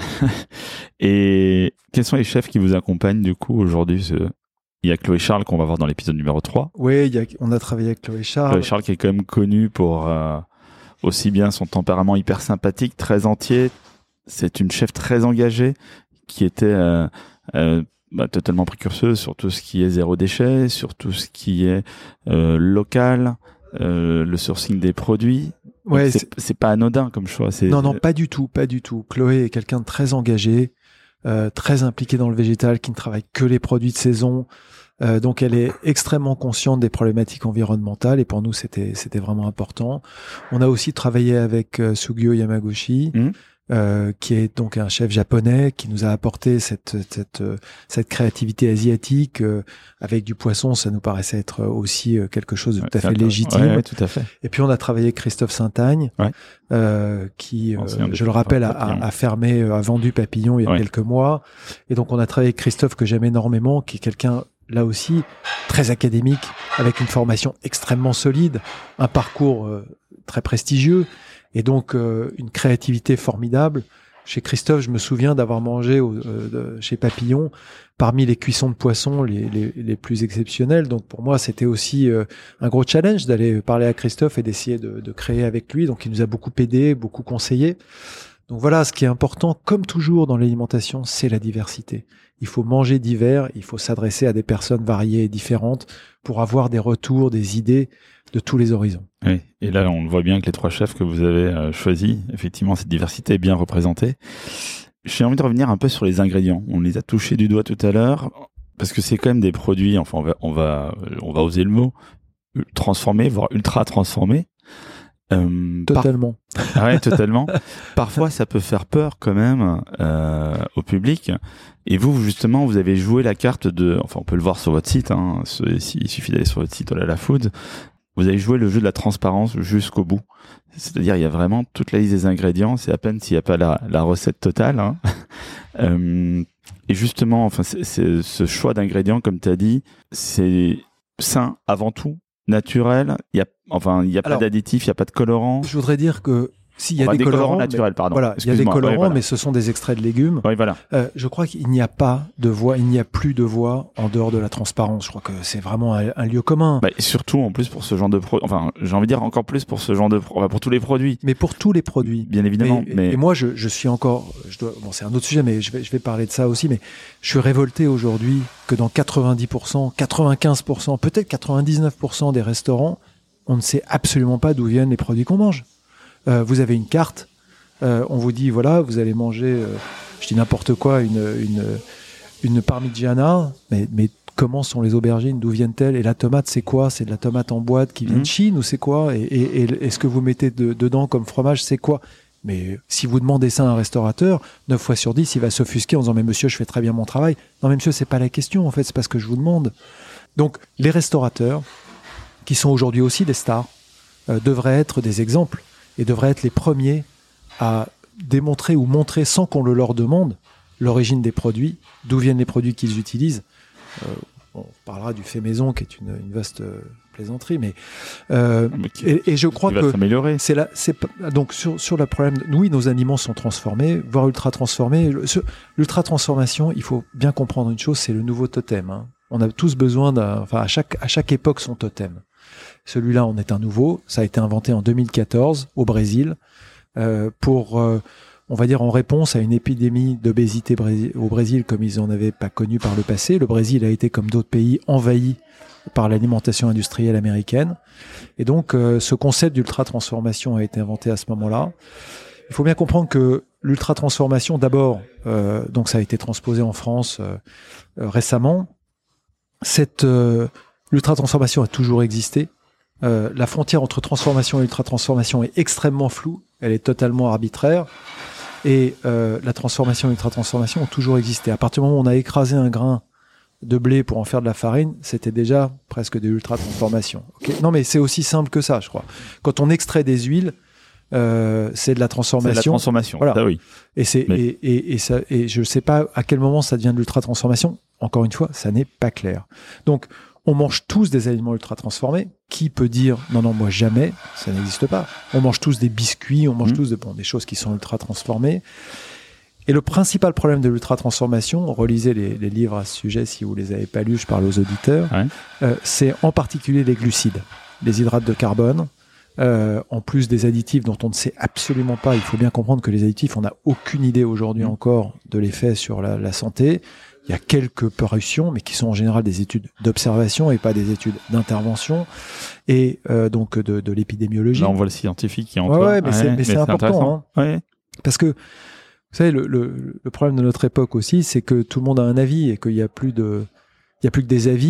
Et quels sont les chefs qui vous accompagnent du coup aujourd'hui? Il y a Chloé Charles qu'on va voir dans l'épisode numéro 3. Oui, on a travaillé avec Chloé Charles. Chloé Charles qui est quand même connue pour aussi bien son tempérament hyper sympathique, très entier. C'est une chef très engagée qui était totalement précurseuse sur tout ce qui est zéro déchet, sur tout ce qui est local, le sourcing des produits. Ouais, c'est pas anodin comme choix. Non, pas du tout. Chloé est quelqu'un de très engagé, très impliqué dans le végétal, qui ne travaille que les produits de saison. Donc elle est extrêmement consciente des problématiques environnementales, et pour nous c'était vraiment important. On a aussi travaillé avec Sugio Yamaguchi, qui est donc un chef japonais qui nous a apporté cette créativité asiatique avec du poisson. Ça nous paraissait être aussi quelque chose de tout à fait légitime. Ouais, tout à fait. Et puis on a travaillé avec Christophe Saintagne, qui, je le rappelle, a fermé, a vendu Papillon il y a quelques mois. Et donc on a travaillé avec Christophe, que j'aime énormément, qui est quelqu'un là aussi très académique, avec une formation extrêmement solide, un parcours très prestigieux. Et donc une créativité formidable. Chez Christophe, je me souviens d'avoir mangé chez Papillon parmi les cuissons de poissons les plus exceptionnelles. Donc pour moi, c'était aussi un gros challenge d'aller parler à Christophe et d'essayer de créer avec lui. Donc il nous a beaucoup aidé, beaucoup conseillé. Donc voilà, ce qui est important, comme toujours dans l'alimentation, c'est la diversité. Il faut manger divers, il faut s'adresser à des personnes variées et différentes pour avoir des retours, des idées de tous les horizons. Oui, et là on le voit bien que les 3 chefs que vous avez choisis, effectivement cette diversité est bien représentée. J'ai envie de revenir un peu sur les ingrédients. On les a touchés du doigt tout à l'heure, parce que c'est quand même des produits, enfin on va oser le mot, transformés, voire ultra transformés. Totalement. Ouais, totalement. Parfois, ça peut faire peur quand même au public. Et vous, justement, vous avez joué la carte enfin, on peut le voir sur votre site. Hein, il suffit d'aller sur votre site Olala Food. Vous avez joué le jeu de la transparence jusqu'au bout. C'est-à-dire, il y a vraiment toute la liste des ingrédients. C'est à peine s'il n'y a pas la recette totale. Hein. Et justement, enfin, c'est ce choix d'ingrédients, comme tu as dit, c'est sain avant tout. Naturel, il y a pas d'additifs, il y a pas de colorants. Je voudrais dire que s'il y a des colorants naturels, pardon. Voilà, il y a des colorants, mais ce sont des extraits de légumes. Oui, voilà. Je crois qu'il n'y a pas de voie, il n'y a plus de voie en dehors de la transparence. Je crois que c'est vraiment un lieu commun. Et surtout, en plus, pour ce genre de produit, enfin, j'ai envie de dire encore plus pour ce genre de pour tous les produits. Mais pour tous les produits. Bien évidemment. Et moi, je suis encore, c'est un autre sujet, mais je vais parler de ça aussi, mais je suis révolté aujourd'hui que dans 90%, 95%, peut-être 99% des restaurants, on ne sait absolument pas d'où viennent les produits qu'on mange. Vous avez une carte, on vous dit voilà, vous allez manger, je dis n'importe quoi, une parmigiana, mais comment sont les aubergines, d'où viennent-elles? Et la tomate, c'est quoi? C'est de la tomate en boîte qui vient de Chine ou c'est quoi? Et ce que vous mettez dedans comme fromage, c'est quoi? Mais si vous demandez ça à un restaurateur, 9 fois sur 10, il va s'offusquer en disant mais monsieur, je fais très bien mon travail. Non mais monsieur, c'est pas la question en fait, c'est pas ce que je vous demande. Donc les restaurateurs, qui sont aujourd'hui aussi des stars, devraient être des exemples et devraient être les premiers à démontrer ou montrer, sans qu'on le leur demande, l'origine des produits, d'où viennent les produits qu'ils utilisent. On parlera du fait maison, qui est une vaste plaisanterie, mais et je crois que s'améliorer. Donc sur le problème, oui, nos aliments sont transformés, voire ultra transformés. L'ultra transformation, il faut bien comprendre une chose, c'est le nouveau totem. Hein. On a tous besoin à chaque époque son totem. Celui-là, on est un nouveau. Ça a été inventé en 2014 au Brésil pour, on va dire, en réponse à une épidémie d'obésité au Brésil comme ils n'en avaient pas connu par le passé. Le Brésil a été, comme d'autres pays, envahi par l'alimentation industrielle américaine. Et donc, ce concept d'ultra-transformation a été inventé à ce moment-là. Il faut bien comprendre que l'ultra-transformation, d'abord, donc ça a été transposé en France récemment. L'ultra-transformation a toujours existé. La frontière entre transformation et ultra-transformation est extrêmement floue. Elle est totalement arbitraire. Et la transformation et l'ultra-transformation ont toujours existé. À partir du moment où on a écrasé un grain de blé pour en faire de la farine, c'était déjà presque de l'ultra-transformation. Okay, non, mais c'est aussi simple que ça, je crois. Quand on extrait des huiles, c'est de la transformation. C'est de la transformation, voilà. Ça oui. Et je ne sais pas à quel moment ça devient de l'ultra-transformation. Encore une fois, ça n'est pas clair. Donc, on mange tous des aliments ultra transformés. Qui peut dire non, moi jamais, ça n'existe pas. On mange tous des biscuits, on mange tous des choses qui sont ultra transformées. Et le principal problème de l'ultra transformation, relisez les livres à ce sujet si vous les avez pas lus, je parle aux auditeurs, c'est en particulier les glucides, les hydrates de carbone, en plus des additifs dont on ne sait absolument pas. Il faut bien comprendre que les additifs, on n'a aucune idée aujourd'hui encore de l'effet sur la santé. Il y a quelques parutions, mais qui sont en général des études d'observation et pas des études d'intervention, et donc de l'épidémiologie. Là, on voit le scientifique qui entoure. Mais c'est important. Hein. Parce que, vous savez, le problème de notre époque aussi, c'est que tout le monde a un avis et qu'il n'y a plus que des avis.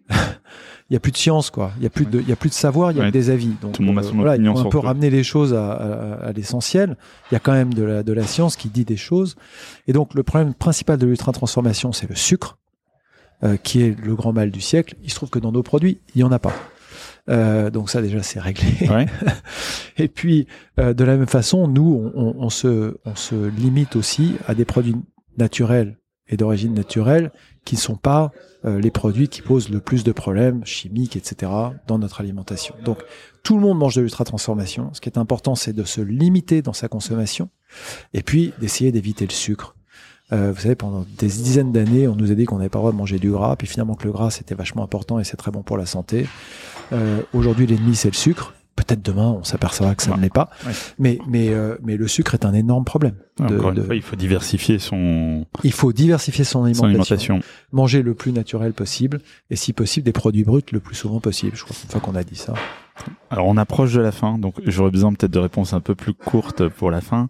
il y a plus de science, quoi. Il y a plus de savoir, il y a que des avis. Donc, tout le monde a son opinion il faut un sur peu tout. ramener les choses à l'essentiel. Il y a quand même de la science qui dit des choses. Et donc, le problème principal de l'ultra-transformation, c'est le sucre, qui est le grand mal du siècle. Il se trouve que dans nos produits, il y en a pas. Donc ça, déjà, c'est réglé. Ouais. Et puis, de la même façon, nous, on se limite aussi à des produits naturels et d'origine naturelle qui ne sont pas les produits qui posent le plus de problèmes chimiques, etc., dans notre alimentation. Donc, tout le monde mange de l'ultra-transformation. Ce qui est important, c'est de se limiter dans sa consommation et puis d'essayer d'éviter le sucre. Vous savez, pendant des dizaines d'années, on nous a dit qu'on n'avait pas le droit de manger du gras, puis finalement que le gras, c'était vachement important et c'est très bon pour la santé. Aujourd'hui, l'ennemi, c'est le sucre. Peut-être demain, on s'apercevra que ça ne l'est pas. Ouais. Mais le sucre est un énorme problème. Encore une fois, il faut diversifier son alimentation. Manger le plus naturel possible et si possible des produits bruts le plus souvent possible. Je crois qu'une fois qu'on a dit ça. Alors, on approche de la fin, donc j'aurais besoin peut-être de réponses un peu plus courtes pour la fin.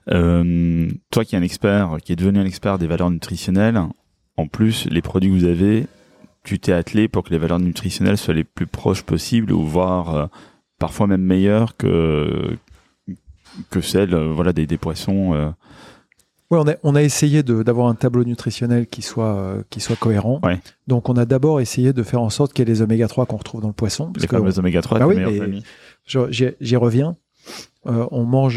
Toi qui es un expert, qui est devenu un expert des valeurs nutritionnelles, en plus, les produits que vous avez, tu t'es attelé pour que les valeurs nutritionnelles soient les plus proches possibles ou voire parfois même meilleures que celles des poissons. Ouais, on a essayé d'avoir un tableau nutritionnel qui soit cohérent. Ouais. Donc on a d'abord essayé de faire en sorte qu'il y ait les oméga 3 qu'on retrouve dans le poisson. Les fameux oméga 3, bah tes meilleurs amis. J'y reviens. On mange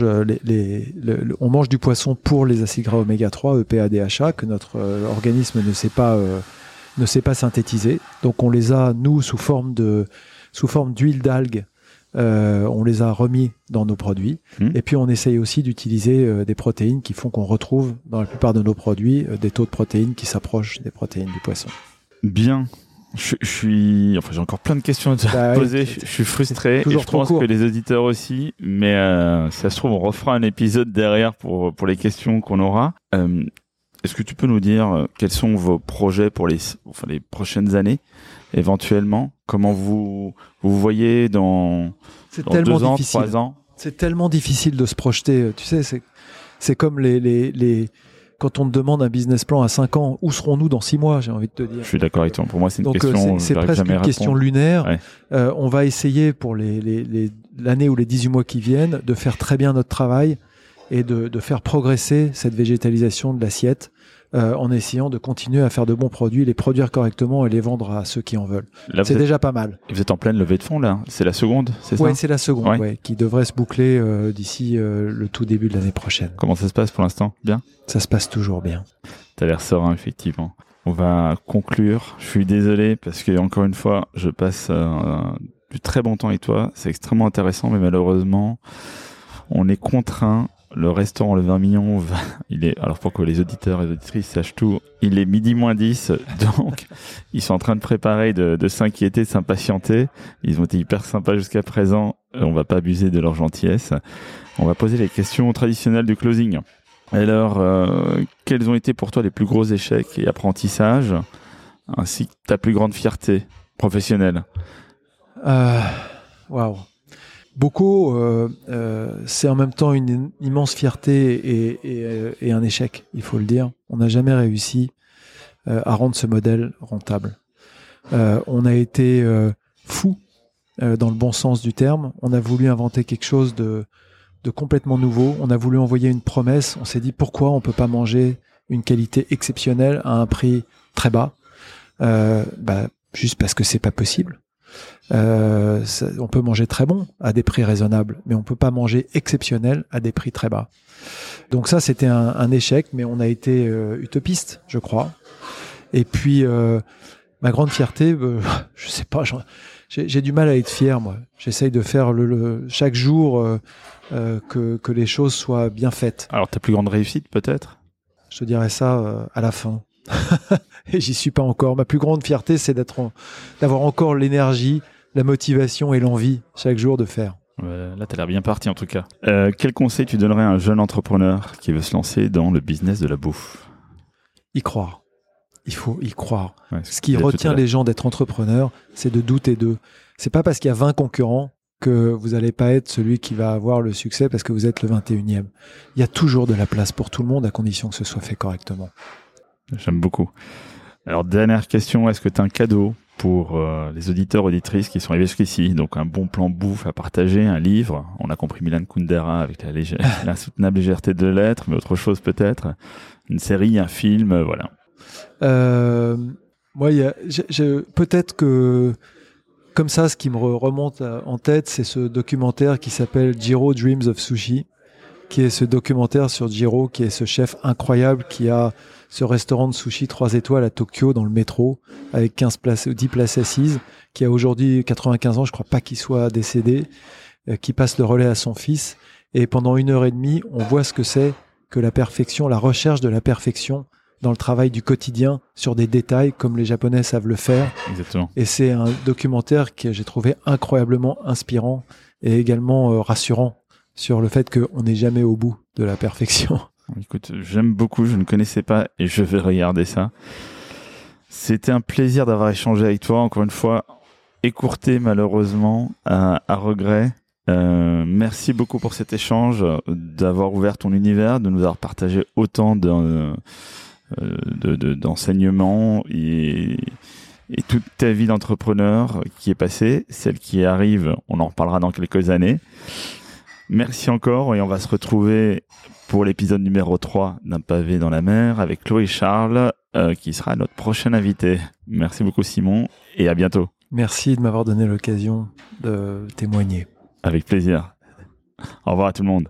on mange du poisson pour les acides gras oméga 3, EPA, DHA, que notre organisme ne sait pas synthétiser. Donc on les a, nous, sous forme d'huile d'algues. On les a remis dans nos produits. Et puis on essaye aussi d'utiliser des protéines qui font qu'on retrouve dans la plupart de nos produits des taux de protéines qui s'approchent des protéines du poisson. Bien. J'ai encore plein de questions à te poser. Je suis frustré et je pense que les auditeurs aussi. Mais si ça se trouve, on refera un épisode derrière pour les questions qu'on aura. Est-ce que tu peux nous dire quels sont vos projets pour les prochaines années, éventuellement? Comment vous voyez dans 2 ans, 3 ans? C'est tellement difficile de se projeter. Tu sais, c'est comme quand on te demande un business plan à 5 ans, où serons-nous dans 6 mois, j'ai envie de te dire. Je suis d'accord avec toi. Pour moi, c'est une question. C'est presque une question lunaire. Ouais. On va essayer pour l'année ou les 18 mois qui viennent de faire très bien notre travail et de faire progresser cette végétalisation de l'assiette en essayant de continuer à faire de bons produits, les produire correctement et les vendre à ceux qui en veulent. Là, c'est déjà pas mal. Et vous êtes en pleine levée de fonds, là? C'est la seconde, c'est ça? Oui, c'est la seconde, qui devrait se boucler d'ici le tout début de l'année prochaine. Comment ça se passe pour l'instant? Bien? Ça se passe toujours bien. T'as l'air serein, effectivement. On va conclure. Je suis désolé parce que, encore une fois, je passe du très bon temps avec toi. C'est extrêmement intéressant, mais malheureusement, on est contraint. Le restaurant Le Vin Mignon, alors pour que les auditeurs et les auditrices sachent tout, il est 12:10, donc ils sont en train de préparer, de s'inquiéter, de s'impatienter. Ils ont été hyper sympas jusqu'à présent, on va pas abuser de leur gentillesse. On va poser les questions traditionnelles du closing. Alors, quels ont été pour toi les plus gros échecs et apprentissages, ainsi que ta plus grande fierté professionnelle? Waouh. Beaucoup, c'est en même temps une immense fierté et un échec, il faut le dire. On n'a jamais réussi à rendre ce modèle rentable. On a été fous dans le bon sens du terme. On a voulu inventer quelque chose de complètement nouveau. On a voulu envoyer une promesse. On s'est dit pourquoi on peut pas manger une qualité exceptionnelle à un prix très bas, juste parce que c'est pas possible. On peut manger très bon à des prix raisonnables, mais on peut pas manger exceptionnel à des prix très bas. Donc ça, c'était un échec, mais on a été utopiste, je crois. Et puis, ma grande fierté, je sais pas, j'ai du mal à être fier, moi. J'essaye de faire chaque jour que les choses soient bien faites. Alors, ta plus grande réussite, peut-être? Je te dirais ça à la fin. Et j'y suis pas encore. Ma plus grande fierté, c'est d'avoir encore l'énergie, la motivation et l'envie chaque jour de faire. Là, t'as l'air bien parti en tout cas. Quel conseil tu donnerais à un jeune entrepreneur qui veut se lancer dans le business de la bouffe? Y croire. Il faut y croire. Ouais, ce qui retient les gens d'être entrepreneurs, c'est de douter d'eux. C'est pas parce qu'il y a 20 concurrents que vous n'allez pas être celui qui va avoir le succès parce que vous êtes le 21e. Il y a toujours de la place pour tout le monde à condition que ce soit fait correctement. J'aime beaucoup. Alors, dernière question, est-ce que tu as un cadeau pour les auditeurs, auditrices qui sont arrivés jusqu'ici. Donc un bon plan bouffe à partager, un livre. On a compris Milan Kundera avec l'insoutenable légèreté de l'être, mais autre chose peut-être. Une série, un film, voilà. Moi, peut-être que comme ça, ce qui me remonte en tête, c'est ce documentaire qui s'appelle Jiro Dreams of Sushi, qui est ce documentaire sur Jiro, qui est ce chef incroyable qui a ce restaurant de sushi 3 étoiles à Tokyo dans le métro avec 10 places assises, qui a aujourd'hui 95 ans, je crois pas qu'il soit décédé, qui passe le relais à son fils. Et pendant 1h30, on voit ce que c'est que la perfection, la recherche de la perfection dans le travail du quotidien sur des détails comme les Japonais savent le faire. Exactement. Et c'est un documentaire que j'ai trouvé incroyablement inspirant et également rassurant sur le fait qu'on n'est jamais au bout de la perfection. Écoute, j'aime beaucoup, je ne connaissais pas et je vais regarder ça. C'était un plaisir d'avoir échangé avec toi, encore une fois, écourté malheureusement, à regret. Merci beaucoup pour cet échange, d'avoir ouvert ton univers, de nous avoir partagé autant d'enseignements et toute ta vie d'entrepreneur qui est passée, celle qui arrive, on en reparlera dans quelques années. Merci encore et on va se retrouver pour l'épisode numéro 3 d'un pavé dans la mer avec Chloé Charles qui sera notre prochain invité. Merci beaucoup Simon et à bientôt. Merci de m'avoir donné l'occasion de témoigner. Avec plaisir. Au revoir à tout le monde.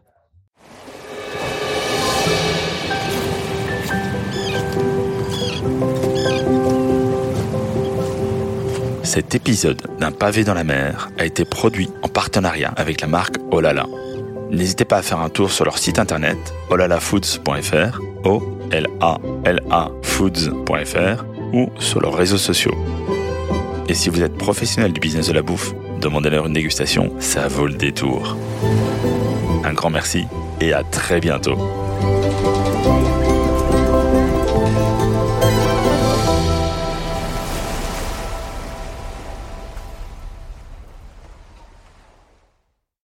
Cet épisode d'un pavé dans la mer a été produit en partenariat avec la marque Olala. N'hésitez pas à faire un tour sur leur site internet olalafoods.fr, O-L-A-L-A foods.fr ou sur leurs réseaux sociaux. Et si vous êtes professionnel du business de la bouffe, demandez-leur une dégustation, ça vaut le détour. Un grand merci et à très bientôt.